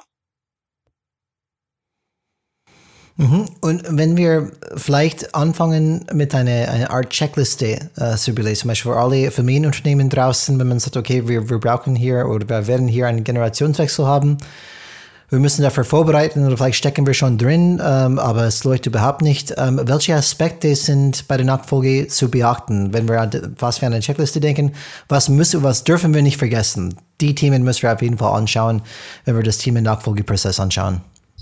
Und wenn wir vielleicht anfangen mit einer Art Checkliste zu überlegen, zum Beispiel für alle Familienunternehmen draußen, wenn man sagt, okay, wir brauchen hier oder wir werden hier einen Generationswechsel haben, wir müssen dafür vorbereiten oder vielleicht stecken wir schon drin, aber es läuft überhaupt nicht. Welche Aspekte sind bei der Nachfolge zu beachten, wenn wir an was für eine Checkliste denken? Was dürfen wir nicht vergessen? Die Themen müssen wir auf jeden Fall anschauen, wenn wir das Thema Nachfolgeprozess anschauen.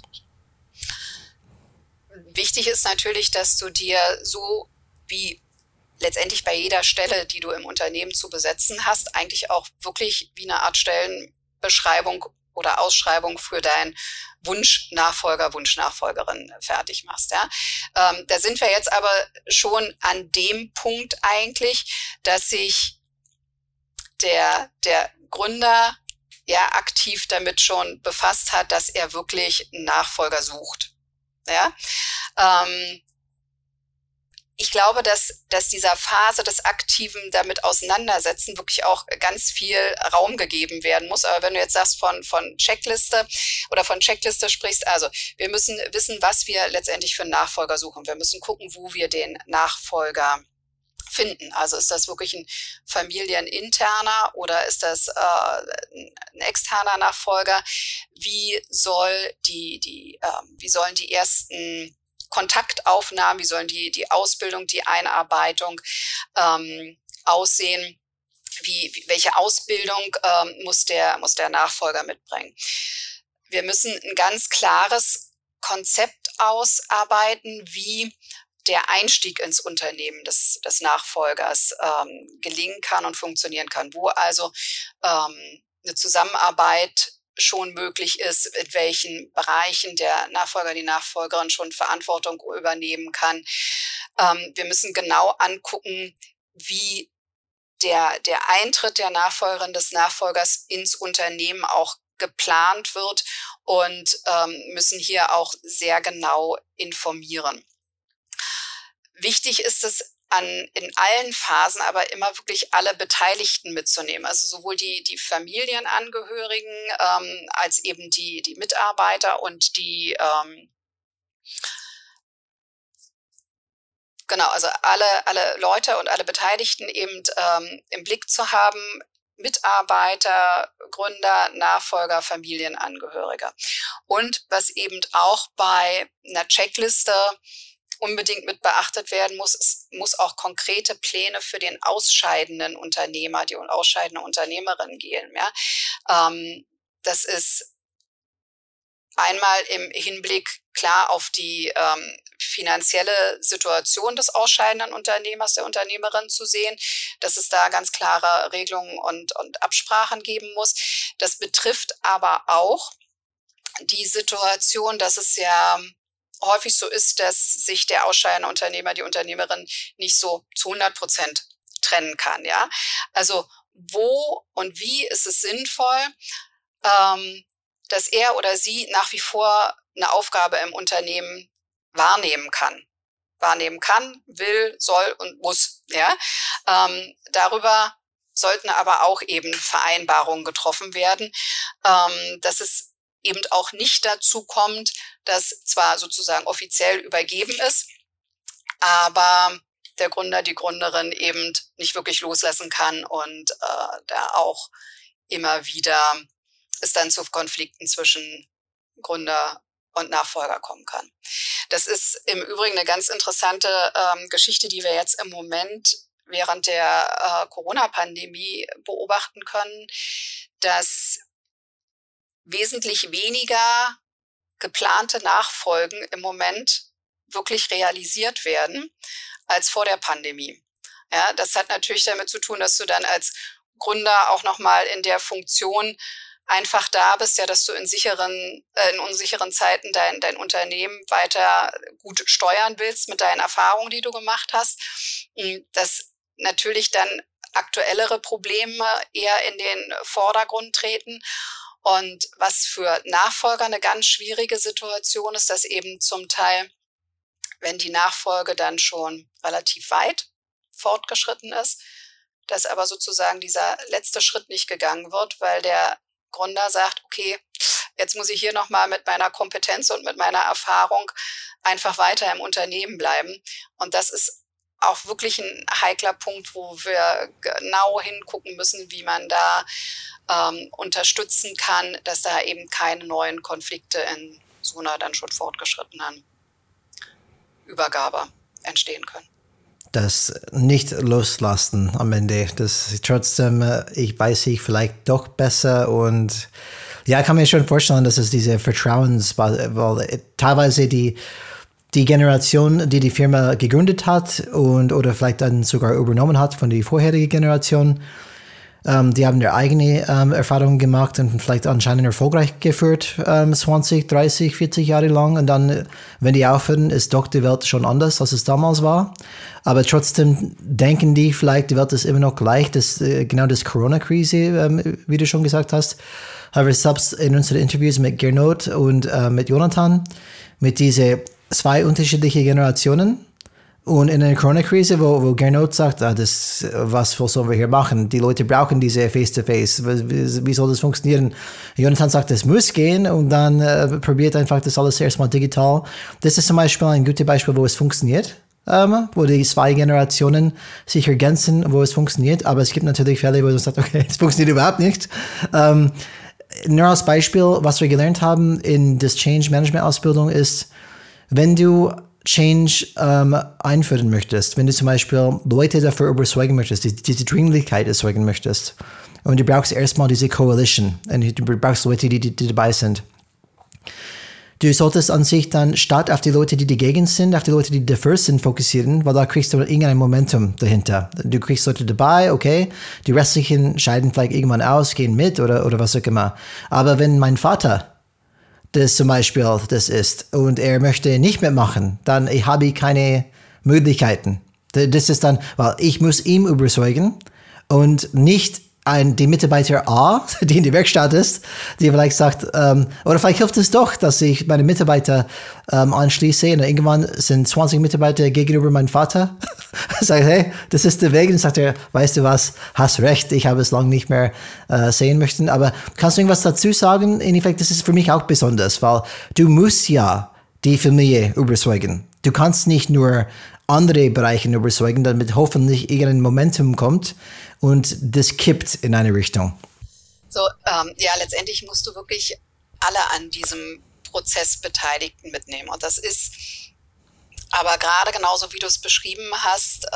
Wichtig ist natürlich, dass du dir so wie letztendlich bei jeder Stelle, die du im Unternehmen zu besetzen hast, eigentlich auch wirklich wie eine Art Stellenbeschreibung oder Ausschreibung für deinen Wunschnachfolger, Wunschnachfolgerin fertig machst. Ja? Da sind wir jetzt aber schon an dem Punkt eigentlich, dass sich der Gründer ja aktiv damit schon befasst hat, dass er wirklich einen Nachfolger sucht. Ja, ich glaube, dass dieser Phase des aktiven damit auseinandersetzen wirklich auch ganz viel Raum gegeben werden muss. Aber wenn du jetzt sagst von Checkliste oder von Checkliste sprichst, also wir müssen wissen, was wir letztendlich für einen Nachfolger suchen. Wir müssen gucken, wo wir den Nachfolger finden. Also ist das wirklich ein familieninterner oder ist das ein externer Nachfolger? Wie sollen die ersten Kontaktaufnahmen, wie sollen die Ausbildung, die Einarbeitung aussehen? Welche Ausbildung muss der Nachfolger mitbringen? Wir müssen ein ganz klares Konzept ausarbeiten, wie der Einstieg ins Unternehmen des Nachfolgers gelingen kann und funktionieren kann, wo also eine Zusammenarbeit schon möglich ist, in welchen Bereichen der Nachfolger, die Nachfolgerin schon Verantwortung übernehmen kann. Wir müssen genau angucken, wie der Eintritt der Nachfolgerin des Nachfolgers ins Unternehmen auch geplant wird und müssen hier auch sehr genau informieren. Wichtig ist es, in allen Phasen aber immer wirklich alle Beteiligten mitzunehmen. Also sowohl die Familienangehörigen als eben die Mitarbeiter und also alle Leute und alle Beteiligten eben im Blick zu haben. Mitarbeiter, Gründer, Nachfolger, Familienangehörige. Und was eben auch bei einer Checkliste unbedingt mit beachtet werden muss, es muss auch konkrete Pläne für den ausscheidenden Unternehmer, die ausscheidende Unternehmerin geben. Ja? Das ist einmal im Hinblick klar auf die finanzielle Situation des ausscheidenden Unternehmers, der Unternehmerin zu sehen, dass es da ganz klare Regelungen und Absprachen geben muss. Das betrifft aber auch die Situation, dass es ja häufig so ist, dass sich der ausscheidende Unternehmer, die Unternehmerin nicht so zu 100% trennen kann. Ja? Also wo und wie ist es sinnvoll, dass er oder sie nach wie vor eine Aufgabe im Unternehmen wahrnehmen kann, will, soll und muss. Ja? Darüber sollten aber auch eben Vereinbarungen getroffen werden, dass es eben auch nicht dazu kommt, dass zwar sozusagen offiziell übergeben ist, aber der Gründer, die Gründerin eben nicht wirklich loslassen kann und da auch immer wieder es dann zu Konflikten zwischen Gründer und Nachfolger kommen kann. Das ist im Übrigen eine ganz interessante Geschichte, die wir jetzt im Moment während der Corona-Pandemie beobachten können, dass wesentlich weniger geplante Nachfolgen im Moment wirklich realisiert werden als vor der Pandemie. Ja, das hat natürlich damit zu tun, dass du dann als Gründer auch nochmal in der Funktion einfach da bist, ja, dass du in unsicheren Zeiten dein Unternehmen weiter gut steuern willst mit deinen Erfahrungen, die du gemacht hast, dass natürlich dann aktuellere Probleme eher in den Vordergrund treten. Und was für Nachfolger eine ganz schwierige Situation ist, dass eben zum Teil, wenn die Nachfolge dann schon relativ weit fortgeschritten ist, dass aber sozusagen dieser letzte Schritt nicht gegangen wird, weil der Gründer sagt, okay, jetzt muss ich hier nochmal mit meiner Kompetenz und mit meiner Erfahrung einfach weiter im Unternehmen bleiben. Und das ist auch wirklich ein heikler Punkt, wo wir genau hingucken müssen, wie man da unterstützen kann, dass da eben keine neuen Konflikte in so einer dann schon fortgeschrittenen Übergabe entstehen können. Das nicht loslassen am Ende. Das trotzdem, ich weiß ich vielleicht doch besser und ja, kann mir schon vorstellen, dass es diese weil teilweise die Generation, die Firma gegründet hat oder vielleicht dann sogar übernommen hat von der vorherigen Generation, die haben ihre eigene Erfahrungen gemacht und vielleicht anscheinend erfolgreich geführt, 20, 30, 40 Jahre lang. Und dann, wenn die aufhören, ist doch die Welt schon anders, als es damals war. Aber trotzdem denken die vielleicht, die Welt ist immer noch gleich. Genau das Corona-Krise, wie du schon gesagt hast, haben wir selbst in unseren Interviews mit Gernot und mit Jonathan, mit diese 2 unterschiedliche Generationen. Und in der Corona-Krise, wo Gernot sagt, was sollen wir hier machen? Die Leute brauchen diese Face-to-Face. Wie soll das funktionieren? Jonathan sagt, es muss gehen und dann probiert einfach das alles erstmal digital. Das ist zum Beispiel ein gutes Beispiel, wo es funktioniert. Wo die 2 Generationen sich ergänzen, wo es funktioniert. Aber es gibt natürlich Fälle, wo man sagt, okay, es funktioniert überhaupt nicht. Nur als Beispiel, was wir gelernt haben in der Change-Management-Ausbildung ist, wenn du Change einführen möchtest, wenn du zum Beispiel Leute dafür überzeugen möchtest, diese Dringlichkeit erzeugen möchtest, und du brauchst erstmal diese Coalition, und du brauchst Leute, die dabei sind. Du solltest an sich dann statt auf die Leute, die dagegen sind, auf die Leute, die dafür sind, fokussieren, weil da kriegst du irgendein Momentum dahinter. Du kriegst Leute dabei, okay, die restlichen scheiden vielleicht irgendwann aus, gehen mit oder was auch immer. Aber wenn mein Vater das zum Beispiel das ist und er möchte nicht mitmachen, dann habe ich keine Möglichkeiten. Das ist dann, weil ich muss ihm überzeugen und nicht die Mitarbeiter A, die in der Werkstatt ist, die vielleicht sagt, oder vielleicht hilft es doch, dass ich meine Mitarbeiter anschließe und irgendwann sind 20 Mitarbeiter gegenüber meinem Vater. Sagt, hey, das ist der Weg. Und sagt er, weißt du was, hast recht, ich habe es lange nicht mehr sehen möchten. Aber kannst du irgendwas dazu sagen? In Effekt, das ist für mich auch besonders, weil du musst ja die Familie überzeugen. Du kannst nicht nur andere Bereiche überzeugen, damit hoffentlich irgendein Momentum kommt und das kippt in eine Richtung. So, ja, letztendlich musst du wirklich alle an diesem Prozess Beteiligten mitnehmen. Und das ist aber gerade genauso, wie du es beschrieben hast,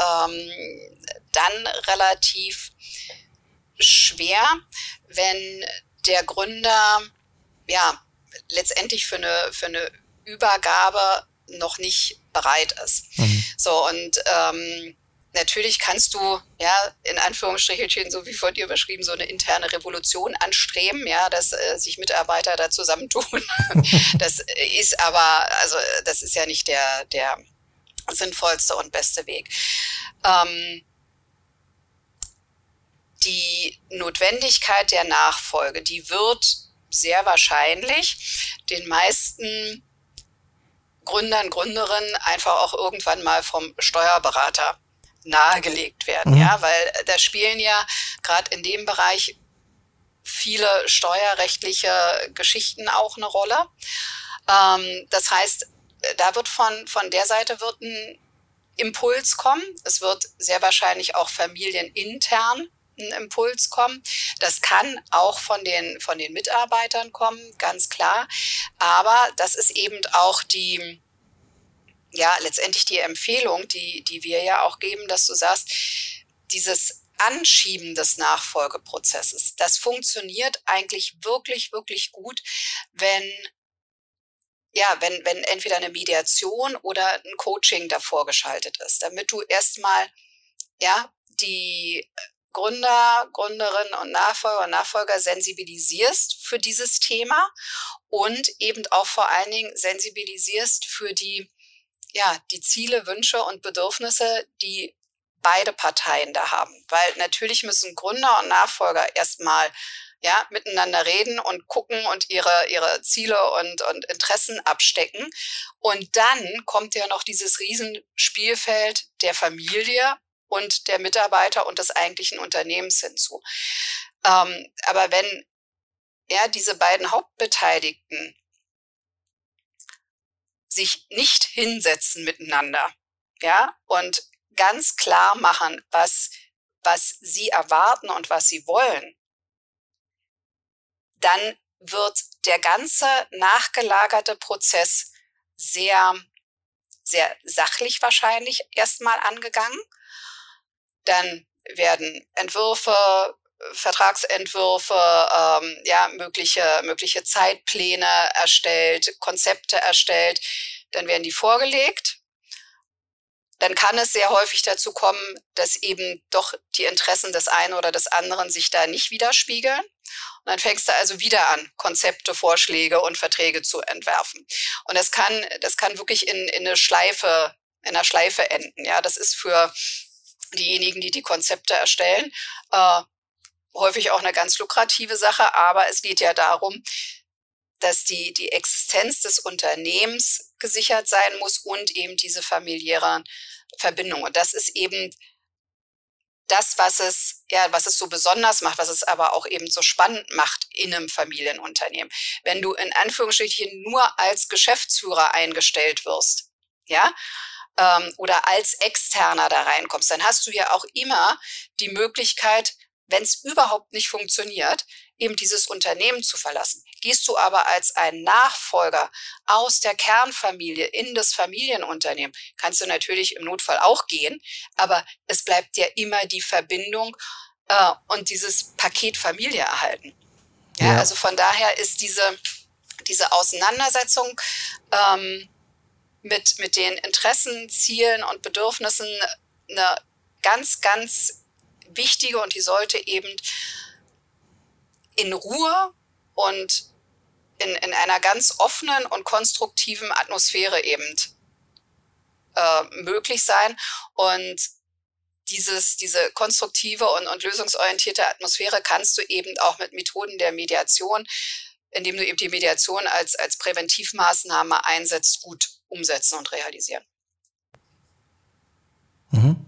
dann relativ schwer, wenn der Gründer ja letztendlich für eine Übergabe noch nicht bereit ist. Mhm. So, und natürlich kannst du, ja, in Anführungsstrichen, so wie von dir beschrieben, so eine interne Revolution anstreben, ja, dass sich Mitarbeiter da zusammentun. Das ist aber, also das ist ja nicht der sinnvollste und beste Weg. Die Notwendigkeit der Nachfolge, die wird sehr wahrscheinlich den meisten Gründern, Gründerinnen einfach auch irgendwann mal vom Steuerberater nahegelegt werden, ja, weil da spielen ja gerade in dem Bereich viele steuerrechtliche Geschichten auch eine Rolle. Das heißt, da wird von der Seite wird ein Impuls kommen. Es wird sehr wahrscheinlich auch familienintern ein Impuls kommen. Das kann auch von den Mitarbeitern kommen, ganz klar. Aber das ist eben auch letztendlich die Empfehlung, die wir ja auch geben, dass du sagst, dieses Anschieben des Nachfolgeprozesses, das funktioniert eigentlich wirklich, wirklich gut, wenn entweder eine Mediation oder ein Coaching davor geschaltet ist, damit du erstmal, ja, die Gründer, Gründerinnen und Nachfolger sensibilisierst für dieses Thema und eben auch vor allen Dingen sensibilisierst für die Ziele, Wünsche und Bedürfnisse, die beide Parteien da haben. Weil natürlich müssen Gründer und Nachfolger erstmal miteinander reden und gucken und ihre Ziele und Interessen abstecken. Und dann kommt ja noch dieses Riesenspielfeld der Familie und der Mitarbeiter und des eigentlichen Unternehmens hinzu. Aber wenn diese beiden Hauptbeteiligten sich nicht hinsetzen miteinander, und ganz klar machen, was sie erwarten und was sie wollen, dann wird der ganze nachgelagerte Prozess sehr, sehr sachlich wahrscheinlich erstmal angegangen. Dann werden Entwürfe, Vertragsentwürfe, mögliche Zeitpläne erstellt, Konzepte erstellt. Dann werden die vorgelegt. Dann kann es sehr häufig dazu kommen, dass eben doch die Interessen des einen oder des anderen sich da nicht widerspiegeln. Und dann fängst du also wieder an, Konzepte, Vorschläge und Verträge zu entwerfen. Und das kann wirklich in einer Schleife enden. Ja, das ist für diejenigen, die Konzepte erstellen, häufig auch eine ganz lukrative Sache. Aber es geht ja darum, dass die Existenz des Unternehmens gesichert sein muss und eben diese familiären Verbindungen. Und das ist eben das, was es so besonders macht, was es aber auch eben so spannend macht in einem Familienunternehmen. Wenn du in Anführungsstrichen nur als Geschäftsführer eingestellt wirst, oder als Externer da reinkommst, dann hast du ja auch immer die Möglichkeit, wenn es überhaupt nicht funktioniert, eben dieses Unternehmen zu verlassen. Gehst du aber als ein Nachfolger aus der Kernfamilie in das Familienunternehmen, kannst du natürlich im Notfall auch gehen, aber es bleibt ja immer die Verbindung und dieses Paket Familie erhalten. Ja. Also von daher ist diese Auseinandersetzung mit den Interessen, Zielen und Bedürfnissen eine ganz, ganz wichtige, und die sollte eben in Ruhe und in einer ganz offenen und konstruktiven Atmosphäre eben möglich sein. Und diese konstruktive und lösungsorientierte Atmosphäre kannst du eben auch mit Methoden der Mediation, indem du eben die Mediation als Präventivmaßnahme einsetzt, gut umsetzen und realisieren. Mhm.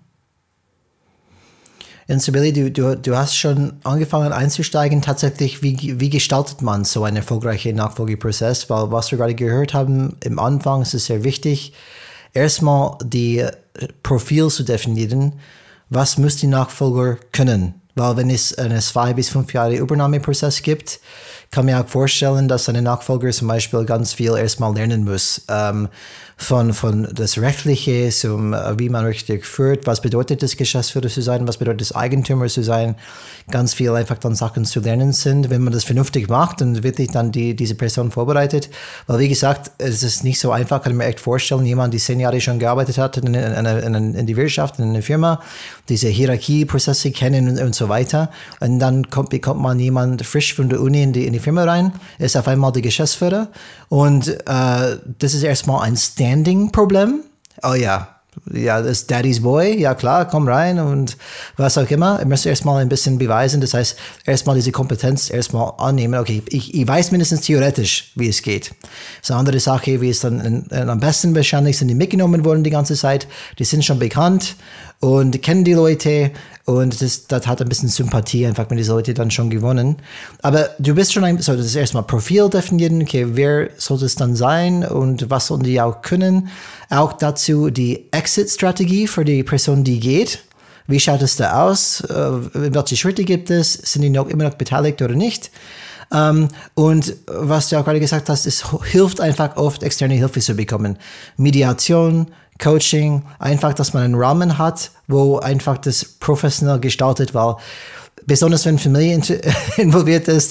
Sibylle, du hast schon angefangen einzusteigen, tatsächlich, wie gestaltet man so einen erfolgreichen Nachfolgeprozess? Weil was wir gerade gehört haben, im Anfang ist es sehr wichtig, erstmal die Profil zu definieren, was muss die Nachfolger können? Weil wenn es einen 2 bis 5 Jahre Übernahmeprozess gibt, kann man auch vorstellen, dass ein Nachfolger zum Beispiel ganz viel erstmal lernen muss. Von das Rechtliche zum, wie man richtig führt, was bedeutet es, Geschäftsführer zu sein, was bedeutet es, Eigentümer zu sein, ganz viel einfach dann Sachen zu lernen sind. Wenn man das vernünftig macht und wirklich dann diese Person vorbereitet, weil wie gesagt, es ist nicht so einfach, kann ich mir echt vorstellen, jemand, die 10 Jahre schon gearbeitet hat in die Wirtschaft, in einer Firma, diese Hierarchieprozesse kennen und so weiter, und dann bekommt man jemand frisch von der Uni in die Firma rein, ist auf einmal der Geschäftsführer, und das ist erstmal ein Standing-Problem. Oh ja, das ist Daddy's Boy, ja klar, komm rein und was auch immer. Ich müsste erstmal ein bisschen beweisen, das heißt, erstmal diese Kompetenz erstmal annehmen. Okay, ich weiß mindestens theoretisch, wie es geht. Das ist eine andere Sache, wie es dann am besten wahrscheinlich sind die mitgenommen worden die ganze Zeit. Die sind schon bekannt und kennen die Leute, und das hat ein bisschen Sympathie einfach mit diesen Leuten dann schon gewonnen. Aber du bist schon das ist erstmal Profil definieren, okay, wer soll es dann sein und was sollen die auch können? Auch dazu die Exit-Strategie für die Person, die geht. Wie schaut es da aus? Welche Schritte gibt es? Sind die immer noch beteiligt oder nicht? Und was du auch gerade gesagt hast, es hilft einfach oft, externe Hilfe zu bekommen. Mediation, Coaching, einfach, dass man einen Rahmen hat, wo einfach das professionell gestaltet, weil besonders wenn Familie involviert ist,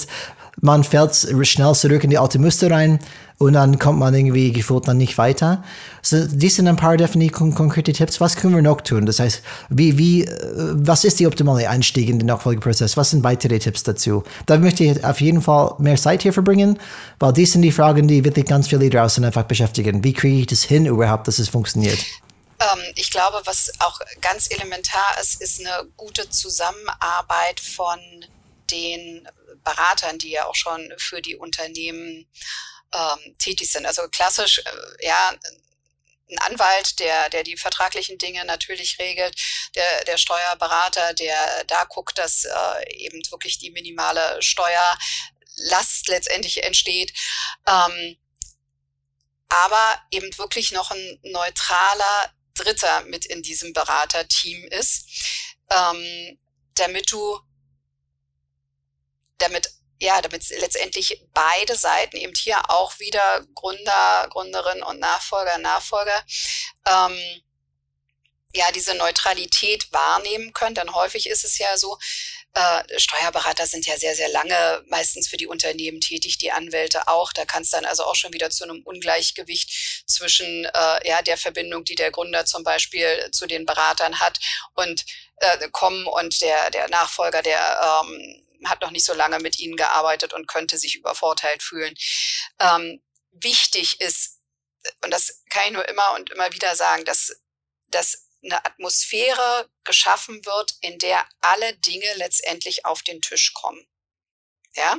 man fällt schnell zurück in die alte Muster rein und dann kommt man irgendwie gefühlt dann nicht weiter. So, dies sind ein paar definitiv konkrete Tipps. Was können wir noch tun? Das heißt, was ist die optimale Einstieg in den Nachfolgeprozess? Was sind weitere Tipps dazu? Da möchte ich auf jeden Fall mehr Zeit hier verbringen, weil dies sind die Fragen, die wirklich ganz viele draußen einfach beschäftigen. Wie kriege ich das hin überhaupt, dass es funktioniert? Ich glaube, was auch ganz elementar ist, ist eine gute Zusammenarbeit von den Beratern, die ja auch schon für die Unternehmen tätig sind. Also klassisch, ein Anwalt, der die vertraglichen Dinge natürlich regelt, der Steuerberater, der da guckt, dass eben wirklich die minimale Steuerlast letztendlich entsteht. Aber eben wirklich noch ein neutraler Dritter mit in diesem Beraterteam ist, damit letztendlich beide Seiten, eben hier auch wieder Gründer, Gründerin und Nachfolger, diese Neutralität wahrnehmen können. Denn häufig ist es ja so, Steuerberater sind ja sehr, sehr lange meistens für die Unternehmen tätig, die Anwälte auch. Da kann es dann also auch schon wieder zu einem Ungleichgewicht zwischen der Verbindung, die der Gründer zum Beispiel zu den Beratern hat und kommen und der Nachfolger, der hat noch nicht so lange mit ihnen gearbeitet und könnte sich übervorteilt fühlen. Wichtig ist, und das kann ich nur immer und immer wieder sagen, dass eine Atmosphäre geschaffen wird, in der alle Dinge letztendlich auf den Tisch kommen. Ja,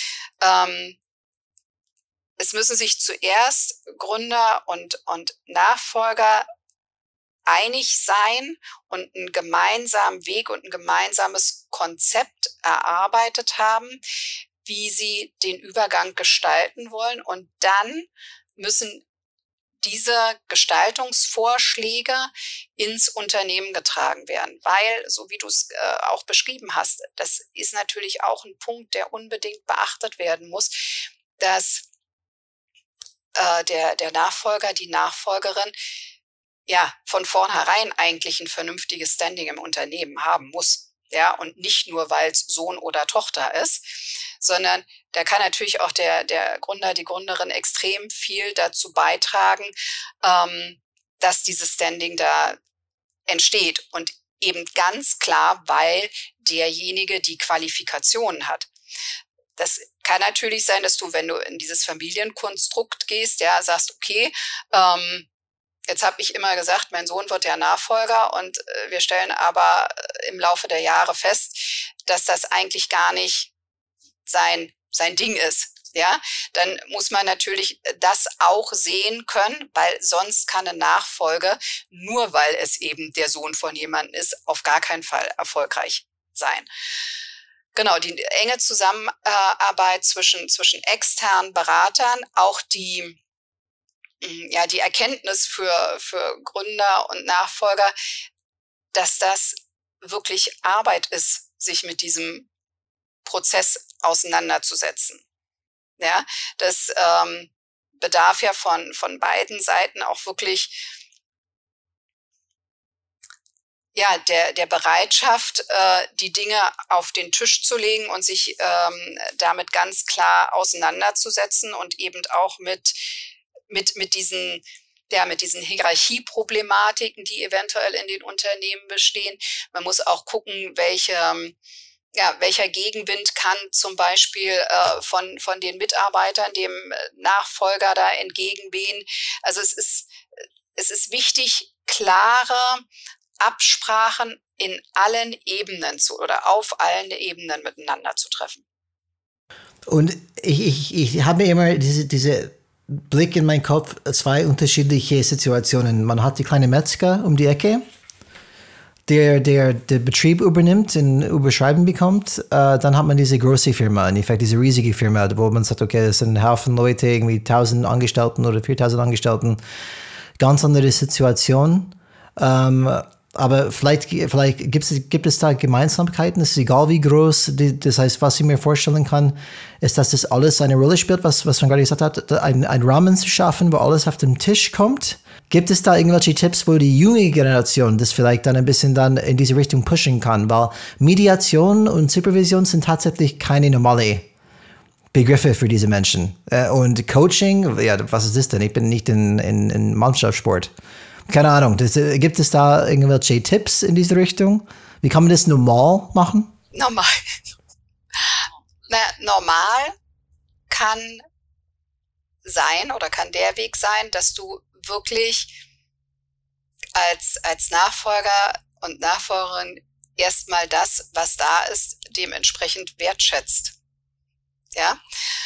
es müssen sich zuerst Gründer und Nachfolger einig sein und einen gemeinsamen Weg und ein gemeinsames Konzept erarbeitet haben, wie sie den Übergang gestalten wollen. Und dann müssen diese Gestaltungsvorschläge ins Unternehmen getragen werden. Weil, so wie du es auch beschrieben hast, das ist natürlich auch ein Punkt, der unbedingt beachtet werden muss, dass der Nachfolger, die Nachfolgerin von vornherein eigentlich ein vernünftiges Standing im Unternehmen haben muss. Ja, und nicht nur, weil es Sohn oder Tochter ist, sondern da kann natürlich auch der Gründer, die Gründerin extrem viel dazu beitragen, dass dieses Standing da entsteht. Und eben ganz klar, weil derjenige die Qualifikationen hat. Das kann natürlich sein, dass du, wenn du in dieses Familienkonstrukt gehst, sagst, okay, jetzt habe ich immer gesagt, mein Sohn wird der Nachfolger und wir stellen aber im Laufe der Jahre fest, dass das eigentlich gar nicht sein Ding ist. Ja, dann muss man natürlich das auch sehen können, weil sonst kann eine Nachfolge, nur weil es eben der Sohn von jemandem ist, auf gar keinen Fall erfolgreich sein. Genau, die enge Zusammenarbeit zwischen externen Beratern, auch die Erkenntnis für Gründer und Nachfolger, dass das wirklich Arbeit ist, sich mit diesem Prozess auseinanderzusetzen. Ja, das bedarf ja von beiden Seiten auch wirklich der Bereitschaft, die Dinge auf den Tisch zu legen und sich damit ganz klar auseinanderzusetzen und eben auch mit diesen Hierarchieproblematiken, die eventuell in den Unternehmen bestehen. Man muss auch gucken, welcher Gegenwind kann zum Beispiel von den Mitarbeitern dem Nachfolger da entgegenwehen. Also es ist wichtig, klare Absprachen in allen Ebenen auf allen Ebenen miteinander zu treffen. Und ich habe immer diese Blick in meinen Kopf, zwei unterschiedliche Situationen. Man hat die kleine Metzger um die Ecke, der Betrieb übernimmt und überschreiben bekommt. Dann hat man diese große Firma, in Effekt diese riesige Firma, wo man sagt, okay, das sind ein Haufen Leute, irgendwie 1000 Angestellten oder 4000 Angestellten. Ganz andere Situation. Aber vielleicht gibt es da Gemeinsamkeiten, es ist egal wie groß. Das heißt, was ich mir vorstellen kann, ist, dass das alles eine Rolle spielt, was man gerade gesagt hat, einen Rahmen zu schaffen, wo alles auf den Tisch kommt. Gibt es da irgendwelche Tipps, wo die junge Generation das vielleicht dann ein bisschen dann in diese Richtung pushen kann? Weil Mediation und Supervision sind tatsächlich keine normale Begriffe für diese Menschen. Und Coaching, ja, was ist das denn? Ich bin nicht in Mannschaftssport. Keine Ahnung. Gibt es da irgendwelche Tipps in diese Richtung? Wie kann man das normal machen? Normal. Normal kann sein oder kann der Weg sein, dass du wirklich als Nachfolger und Nachfolgerin erstmal das, was da ist, dementsprechend wertschätzt. Ja,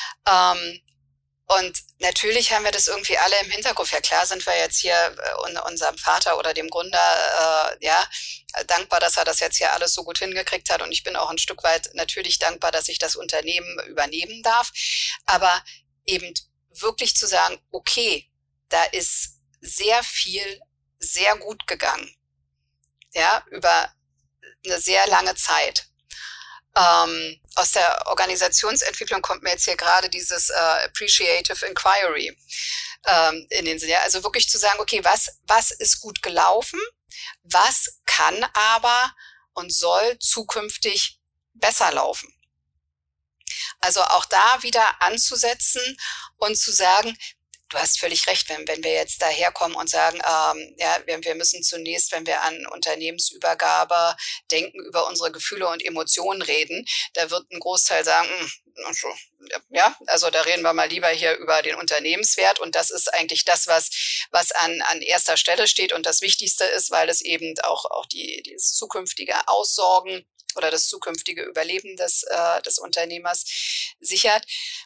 und natürlich haben wir das irgendwie alle im Hinterkopf. Ja, klar sind wir jetzt hier unserem Vater oder dem Gründer, dankbar, dass er das jetzt hier alles so gut hingekriegt hat. Und ich bin auch ein Stück weit natürlich dankbar, dass ich das Unternehmen übernehmen darf. Aber eben wirklich zu sagen, okay, da ist sehr viel sehr gut gegangen. Ja, über eine sehr lange Zeit. Aus der Organisationsentwicklung kommt mir jetzt hier gerade dieses Appreciative Inquiry in den Sinn. Ja? Also wirklich zu sagen, okay, was ist gut gelaufen, was kann aber und soll zukünftig besser laufen. Also auch da wieder anzusetzen und zu sagen, du hast völlig recht, wenn wir jetzt daherkommen und sagen, wir müssen zunächst, wenn wir an Unternehmensübergabe denken, über unsere Gefühle und Emotionen reden, da wird ein Großteil sagen, ja, also da reden wir mal lieber hier über den Unternehmenswert und das ist eigentlich das, was an erster Stelle steht und das Wichtigste ist, weil es eben auch das zukünftige Aussorgen oder das zukünftige Überleben des Unternehmers sichert.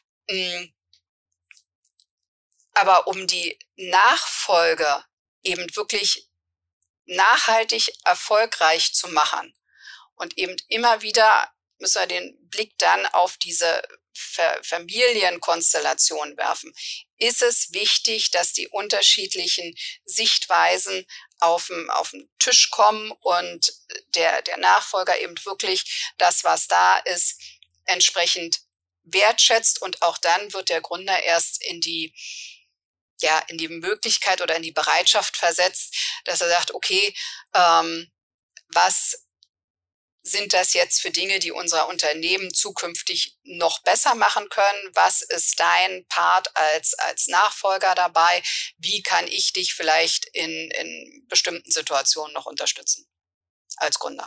Aber um die Nachfolge eben wirklich nachhaltig erfolgreich zu machen und eben immer wieder müssen wir den Blick dann auf diese Familienkonstellation werfen, ist es wichtig, dass die unterschiedlichen Sichtweisen auf den Tisch kommen und der Nachfolger eben wirklich das, was da ist, entsprechend wertschätzt und auch dann wird der Gründer erst in die Möglichkeit oder in die Bereitschaft versetzt, dass er sagt, okay, was sind das jetzt für Dinge, die unser Unternehmen zukünftig noch besser machen können? Was ist dein Part als Nachfolger dabei? Wie kann ich dich vielleicht in bestimmten Situationen noch unterstützen als Gründer?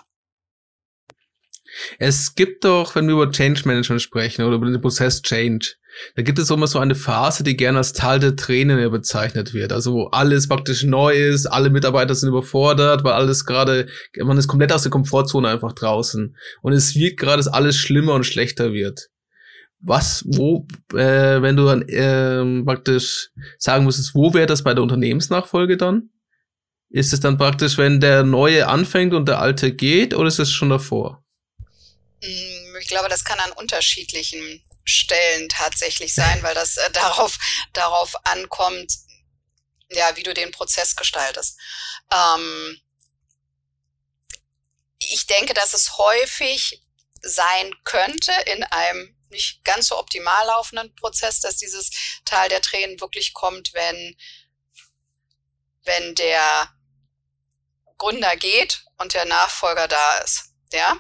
Es gibt doch, wenn wir über Change Management sprechen oder über den Prozess Change, da gibt es immer so eine Phase, die gerne als Tal der Tränen bezeichnet wird. Also wo alles praktisch neu ist, alle Mitarbeiter sind überfordert, weil man ist komplett aus der Komfortzone einfach draußen. Und es wird gerade, dass alles schlimmer und schlechter wird. Wenn du dann praktisch sagen müsstest, wo wäre das bei der Unternehmensnachfolge dann? Ist es dann praktisch, wenn der Neue anfängt und der Alte geht, oder ist es schon davor? Ich glaube, das kann an unterschiedlichen Stellen tatsächlich sein, weil das darauf ankommt, ja, wie du den Prozess gestaltest. Ich denke, dass es häufig sein könnte in einem nicht ganz so optimal laufenden Prozess, dass dieses Tal der Tränen wirklich kommt, wenn der Gründer geht und der Nachfolger da ist. Ja,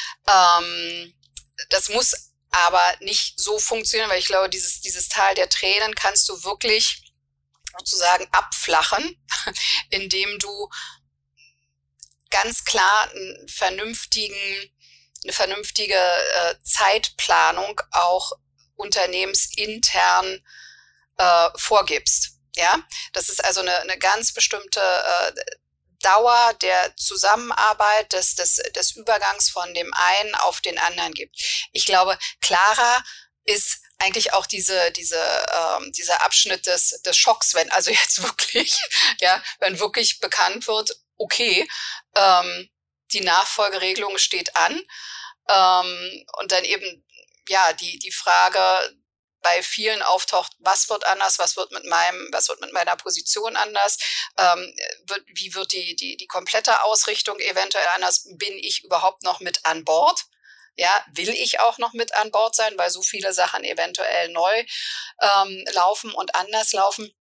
das muss aber nicht so funktionieren, weil ich glaube, dieses Tal der Tränen kannst du wirklich sozusagen abflachen, indem du ganz klar eine vernünftige Zeitplanung auch unternehmensintern vorgibst. Ja, das ist also eine ganz bestimmte Dauer der Zusammenarbeit, des Übergangs von dem einen auf den anderen gibt. Ich glaube, klarer ist eigentlich auch dieser Abschnitt des Schocks, wenn also jetzt wirklich, ja, wenn wirklich bekannt wird, okay, die Nachfolgeregelung steht an, und dann eben, ja, die Frage bei vielen auftaucht, was wird anders, was wird mit meiner Position anders, wie wird die komplette Ausrichtung eventuell anders, bin ich überhaupt noch mit an Bord? Ja, will ich auch noch mit an Bord sein, weil so viele Sachen eventuell neu laufen und anders laufen.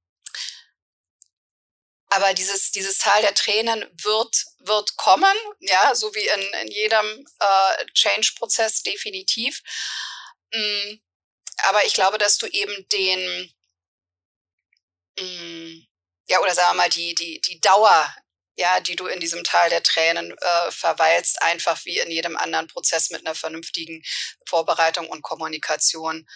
Aber dieses Tal der Tränen wird kommen, ja, so wie in jedem Change-Prozess definitiv. Aber ich glaube, dass du eben oder sagen wir mal, die Dauer, ja, die du in diesem Tal der Tränen verweilst, einfach wie in jedem anderen Prozess mit einer vernünftigen Vorbereitung und Kommunikation,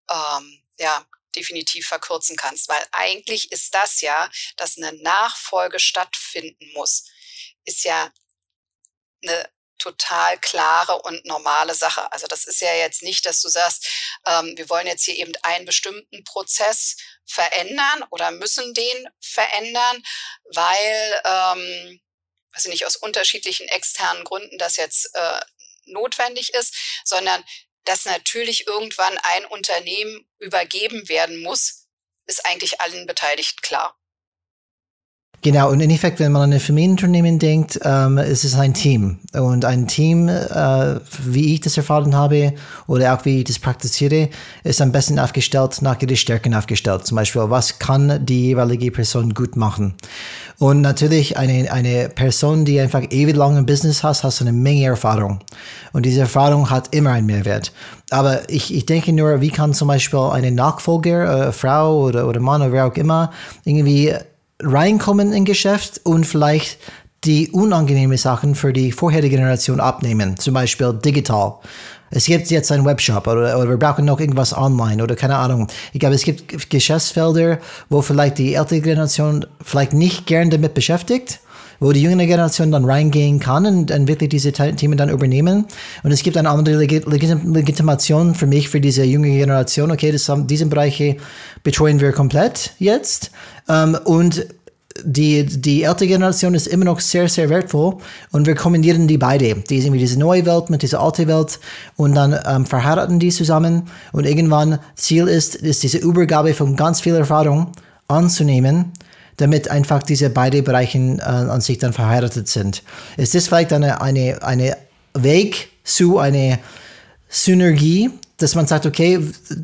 definitiv verkürzen kannst. Weil eigentlich ist das ja, dass eine Nachfolge stattfinden muss, ist ja eine total klare und normale Sache. Also das ist ja jetzt nicht, dass du sagst, wir wollen jetzt hier eben einen bestimmten Prozess verändern oder müssen den verändern, weil, weiß ich nicht, aus unterschiedlichen externen Gründen das jetzt notwendig ist, sondern dass natürlich irgendwann ein Unternehmen übergeben werden muss, ist eigentlich allen Beteiligten klar. Genau, und im Endeffekt, wenn man an ein Familienunternehmen denkt, ist es ein Team. Und ein Team, wie ich das erfahren habe oder auch wie ich das praktiziere, ist am besten aufgestellt, nach ihren Stärken aufgestellt. Zum Beispiel, was kann die jeweilige Person gut machen? Und natürlich eine Person, die einfach ewig lang im Business hast eine Menge Erfahrung. Und diese Erfahrung hat immer einen Mehrwert. Aber ich denke nur, wie kann zum Beispiel eine Nachfolger, Frau oder Mann oder wer auch immer, irgendwie reinkommen in Geschäft und vielleicht die unangenehmen Sachen für die vorherige Generation abnehmen, zum Beispiel digital. Es gibt jetzt einen Webshop oder wir brauchen noch irgendwas online oder keine Ahnung. Ich glaube, es gibt Geschäftsfelder, wo vielleicht die ältere Generation vielleicht nicht gern damit beschäftigt, wo die jüngere Generation dann reingehen kann und wirklich diese Themen dann übernehmen. Und es gibt eine andere Legitimation für mich, für diese junge Generation. Okay, diese Bereiche betreuen wir komplett jetzt. Und die ältere Generation ist immer noch sehr, sehr wertvoll und wir kombinieren die beide. Diese neue Welt mit dieser alten Welt und dann verheiraten die zusammen und irgendwann Ziel ist diese Übergabe von ganz viel Erfahrung anzunehmen, damit einfach diese beiden Bereiche an sich dann verheiratet sind. Ist das vielleicht eine Weg zu einer Synergie, dass man sagt, okay,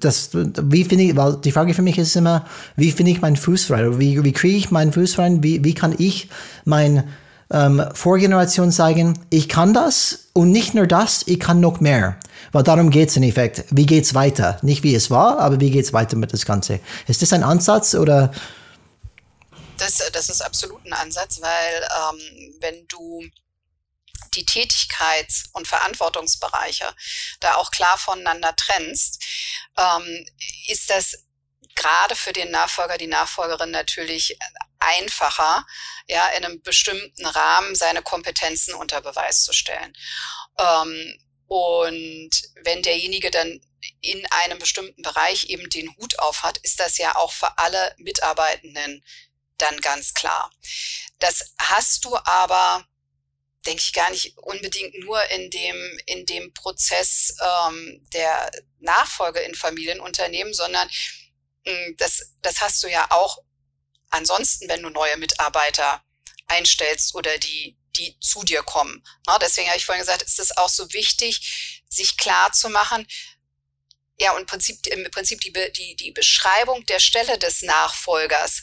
weil die Frage für mich ist immer, wie finde ich meinen Fuß frei? Wie kriege ich meinen Fuß frei? Wie kann ich meine Vorgeneration sagen, ich kann das und nicht nur das, ich kann noch mehr. Weil darum geht es im Endeffekt. Wie geht's weiter? Nicht wie es war, aber wie geht's weiter mit das Ganze? Ist das ein Ansatz oder? Das ist absolut ein Ansatz, weil wenn du die Tätigkeits- und Verantwortungsbereiche da auch klar voneinander trennst, ist das gerade für den Nachfolger, die Nachfolgerin natürlich einfacher, ja, in einem bestimmten Rahmen seine Kompetenzen unter Beweis zu stellen. Und wenn derjenige dann in einem bestimmten Bereich eben den Hut auf hat, ist das ja auch für alle Mitarbeitenden dann ganz klar. Das hast du aber, denke ich, gar nicht unbedingt nur in dem Prozess der Nachfolge in Familienunternehmen, sondern das hast du ja auch ansonsten, wenn du neue Mitarbeiter einstellst oder die zu dir kommen. Na, deswegen habe ich vorhin gesagt, ist es auch so wichtig, sich klar zu machen, ja, und im Prinzip die Beschreibung der Stelle des Nachfolgers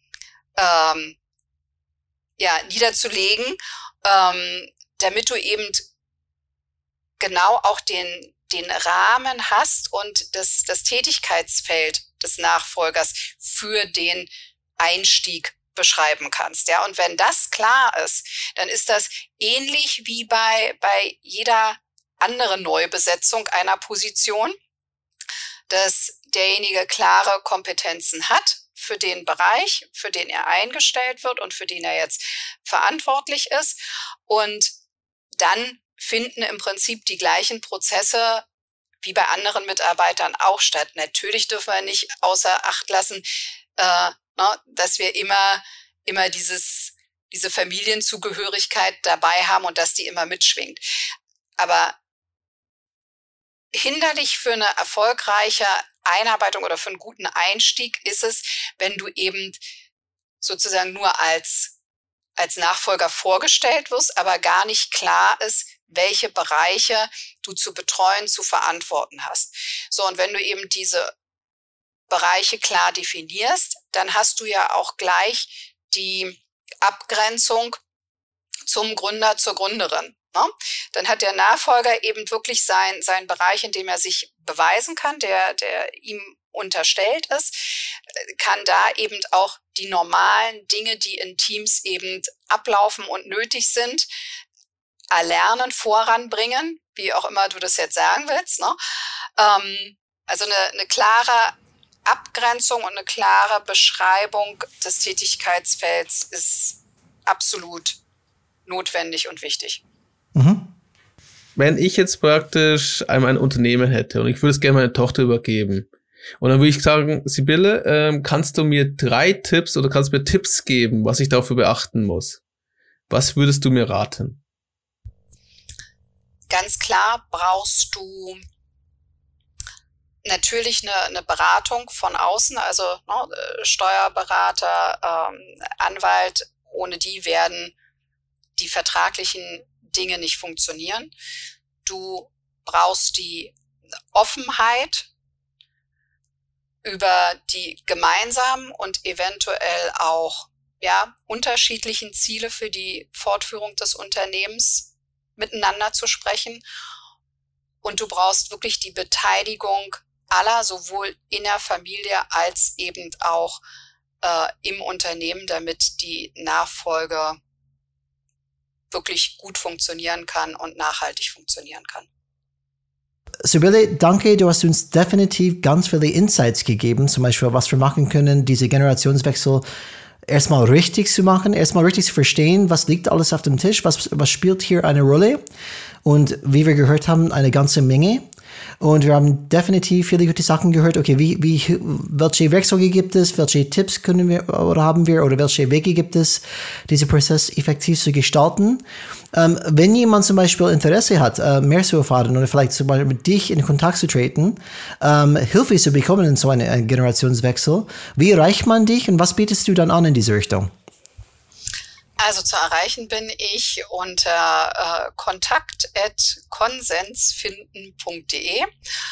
niederzulegen, damit du eben genau auch den Rahmen hast und das Tätigkeitsfeld des Nachfolgers für den Einstieg beschreiben kannst. Ja, und wenn das klar ist, dann ist das ähnlich wie bei jeder anderen Neubesetzung einer Position, dass derjenige klare Kompetenzen hat für den Bereich, für den er eingestellt wird und für den er jetzt verantwortlich ist. Und dann finden im Prinzip die gleichen Prozesse wie bei anderen Mitarbeitern auch statt. Natürlich dürfen wir nicht außer Acht lassen, dass wir immer diese Familienzugehörigkeit dabei haben und dass die immer mitschwingt. Aber hinderlich für eine erfolgreiche Einarbeitung oder für einen guten Einstieg ist es, wenn du eben sozusagen nur als Nachfolger vorgestellt wirst, aber gar nicht klar ist, welche Bereiche du zu betreuen, zu verantworten hast. So, und wenn du eben diese Bereiche klar definierst, dann hast du ja auch gleich die Abgrenzung zum Gründer, zur Gründerin. Ne? Dann hat der Nachfolger eben wirklich seinen Bereich, in dem er sich beweisen kann, der ihm unterstellt ist, kann da eben auch die normalen Dinge, die in Teams eben ablaufen und nötig sind, erlernen, voranbringen, wie auch immer du das jetzt sagen willst. Ne? Also eine klare Abgrenzung und eine klare Beschreibung des Tätigkeitsfelds ist absolut notwendig und wichtig. Wenn ich jetzt praktisch ein Unternehmen hätte und ich würde es gerne meiner Tochter übergeben und dann würde ich sagen, Sibylle, kannst du mir 3 Tipps oder kannst mir Tipps geben, was ich dafür beachten muss? Was würdest du mir raten? Ganz klar brauchst du natürlich eine Beratung von außen, also Steuerberater, Anwalt. Ohne die werden die vertraglichen Dinge nicht funktionieren. Du brauchst die Offenheit über die gemeinsamen und eventuell auch unterschiedlichen Ziele für die Fortführung des Unternehmens miteinander zu sprechen. Und du brauchst wirklich die Beteiligung aller, sowohl in der Familie als eben auch im Unternehmen, damit die Nachfolge wirklich gut funktionieren kann und nachhaltig funktionieren kann. Sibylle, danke, du hast uns definitiv ganz viele Insights gegeben, zum Beispiel, was wir machen können, diese Generationswechsel erstmal richtig zu machen, erstmal richtig zu verstehen, was liegt alles auf dem Tisch, was spielt hier eine Rolle und wie wir gehört haben, eine ganze Menge. Und wir haben definitiv viele gute Sachen gehört. Okay, welche Werkzeuge gibt es, welche Tipps können wir oder haben wir oder welche Wege gibt es, diesen Prozess effektiv zu gestalten. Wenn jemand zum Beispiel Interesse hat, mehr zu erfahren oder vielleicht zum Beispiel mit dich in Kontakt zu treten, Hilfe zu bekommen in so einem Generationswechsel, wie erreicht man dich und was bietest du dann an in diese Richtung? Also zu erreichen bin ich unter kontakt@konsensfinden.de.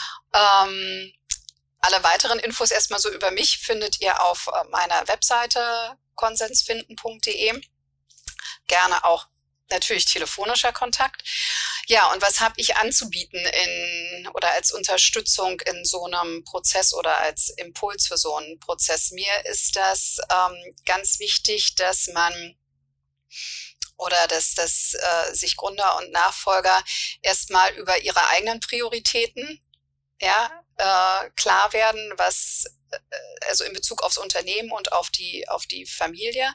Alle weiteren Infos erstmal so über mich findet ihr auf meiner Webseite konsensfinden.de. Gerne auch natürlich telefonischer Kontakt. Ja, und was habe ich anzubieten oder als Unterstützung in so einem Prozess oder als Impuls für so einen Prozess? Mir ist das ganz wichtig, dass man dass sich Gründer und Nachfolger erstmal über ihre eigenen Prioritäten klar werden, also in Bezug aufs Unternehmen und auf die Familie.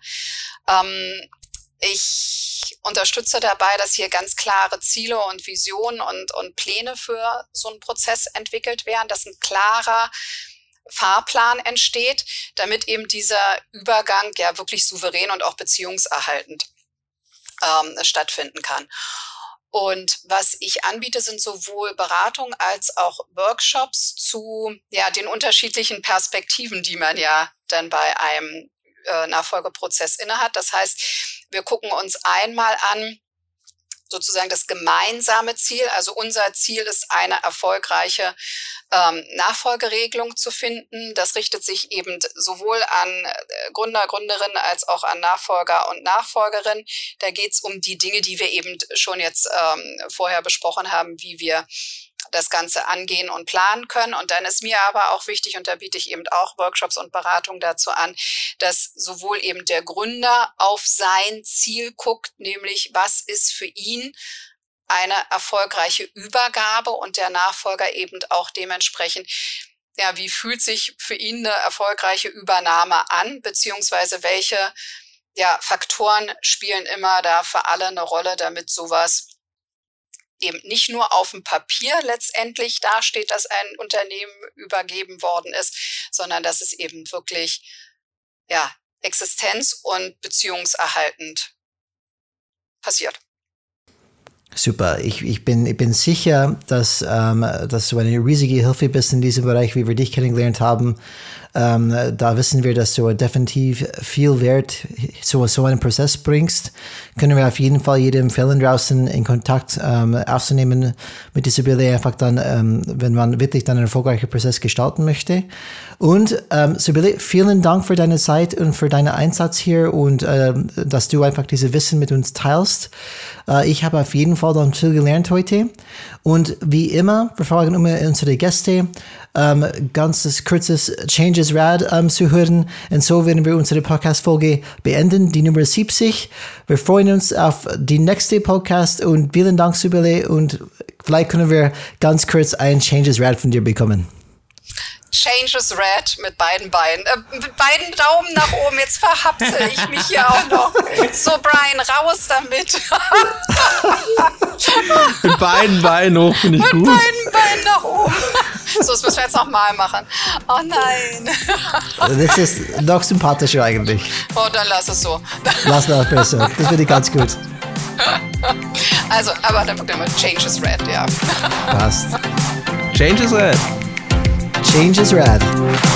Ich unterstütze dabei, dass hier ganz klare Ziele und Visionen und Pläne für so einen Prozess entwickelt werden, dass ein klarer Fahrplan entsteht, damit eben dieser Übergang ja wirklich souverän und auch beziehungserhaltend stattfinden kann. Und was ich anbiete, sind sowohl Beratung als auch Workshops zu den unterschiedlichen Perspektiven, die man ja dann bei einem Nachfolgeprozess innehat. Das heißt, wir gucken uns einmal an, sozusagen das gemeinsame Ziel. Also unser Ziel ist, eine erfolgreiche Nachfolgeregelung zu finden. Das richtet sich eben sowohl an Gründer, Gründerinnen als auch an Nachfolger und Nachfolgerinnen. Da geht es um die Dinge, die wir eben schon jetzt vorher besprochen haben, wie wir das Ganze angehen und planen können. Und dann ist mir aber auch wichtig, und da biete ich eben auch Workshops und Beratung dazu an, dass sowohl eben der Gründer auf sein Ziel guckt, nämlich was ist für ihn eine erfolgreiche Übergabe und der Nachfolger eben auch dementsprechend, wie fühlt sich für ihn eine erfolgreiche Übernahme an, beziehungsweise welche Faktoren spielen immer da für alle eine Rolle, damit sowas eben nicht nur auf dem Papier letztendlich dasteht, dass ein Unternehmen übergeben worden ist, sondern dass es eben wirklich existenz- und beziehungserhaltend passiert. Super. Ich bin sicher, dass du eine riesige Hilfe bist in diesem Bereich, wie wir dich kennengelernt haben. Da wissen wir, dass du definitiv viel Wert so einen Prozess bringst. Können wir auf jeden Fall jedem empfehlen, draußen in Kontakt aufzunehmen mit der Sibylle, einfach dann, wenn man wirklich dann einen erfolgreichen Prozess gestalten möchte. Und Sibylle, vielen Dank für deine Zeit und für deinen Einsatz hier und dass du einfach dieses Wissen mit uns teilst. Ich habe auf jeden Fall dann viel gelernt heute. Und wie immer, wir fragen immer unsere Gäste, ganz kurzes Changes Rad zu hören. Und so werden wir unsere Podcast-Folge beenden, die Nummer 70. Wir freuen uns auf die nächste Podcast und vielen Dank, Sibylle. Und vielleicht können wir ganz kurz ein Changes Rad von dir bekommen. Changes Red mit beiden Beinen. Mit beiden Daumen nach oben. Jetzt verhapse ich mich hier auch noch. So, Brian, raus damit. Mit beiden Beinen hoch, finde ich gut. Mit beiden Beinen nach oben. So, das müssen wir jetzt nochmal machen. Oh nein. Das ist noch sympathischer eigentlich. Oh, dann lass es so. Lass das besser. Das finde ich ganz gut. Also, aber dann wirklich mal Changes Red, ja. Passt. Changes Red. Changes Rad.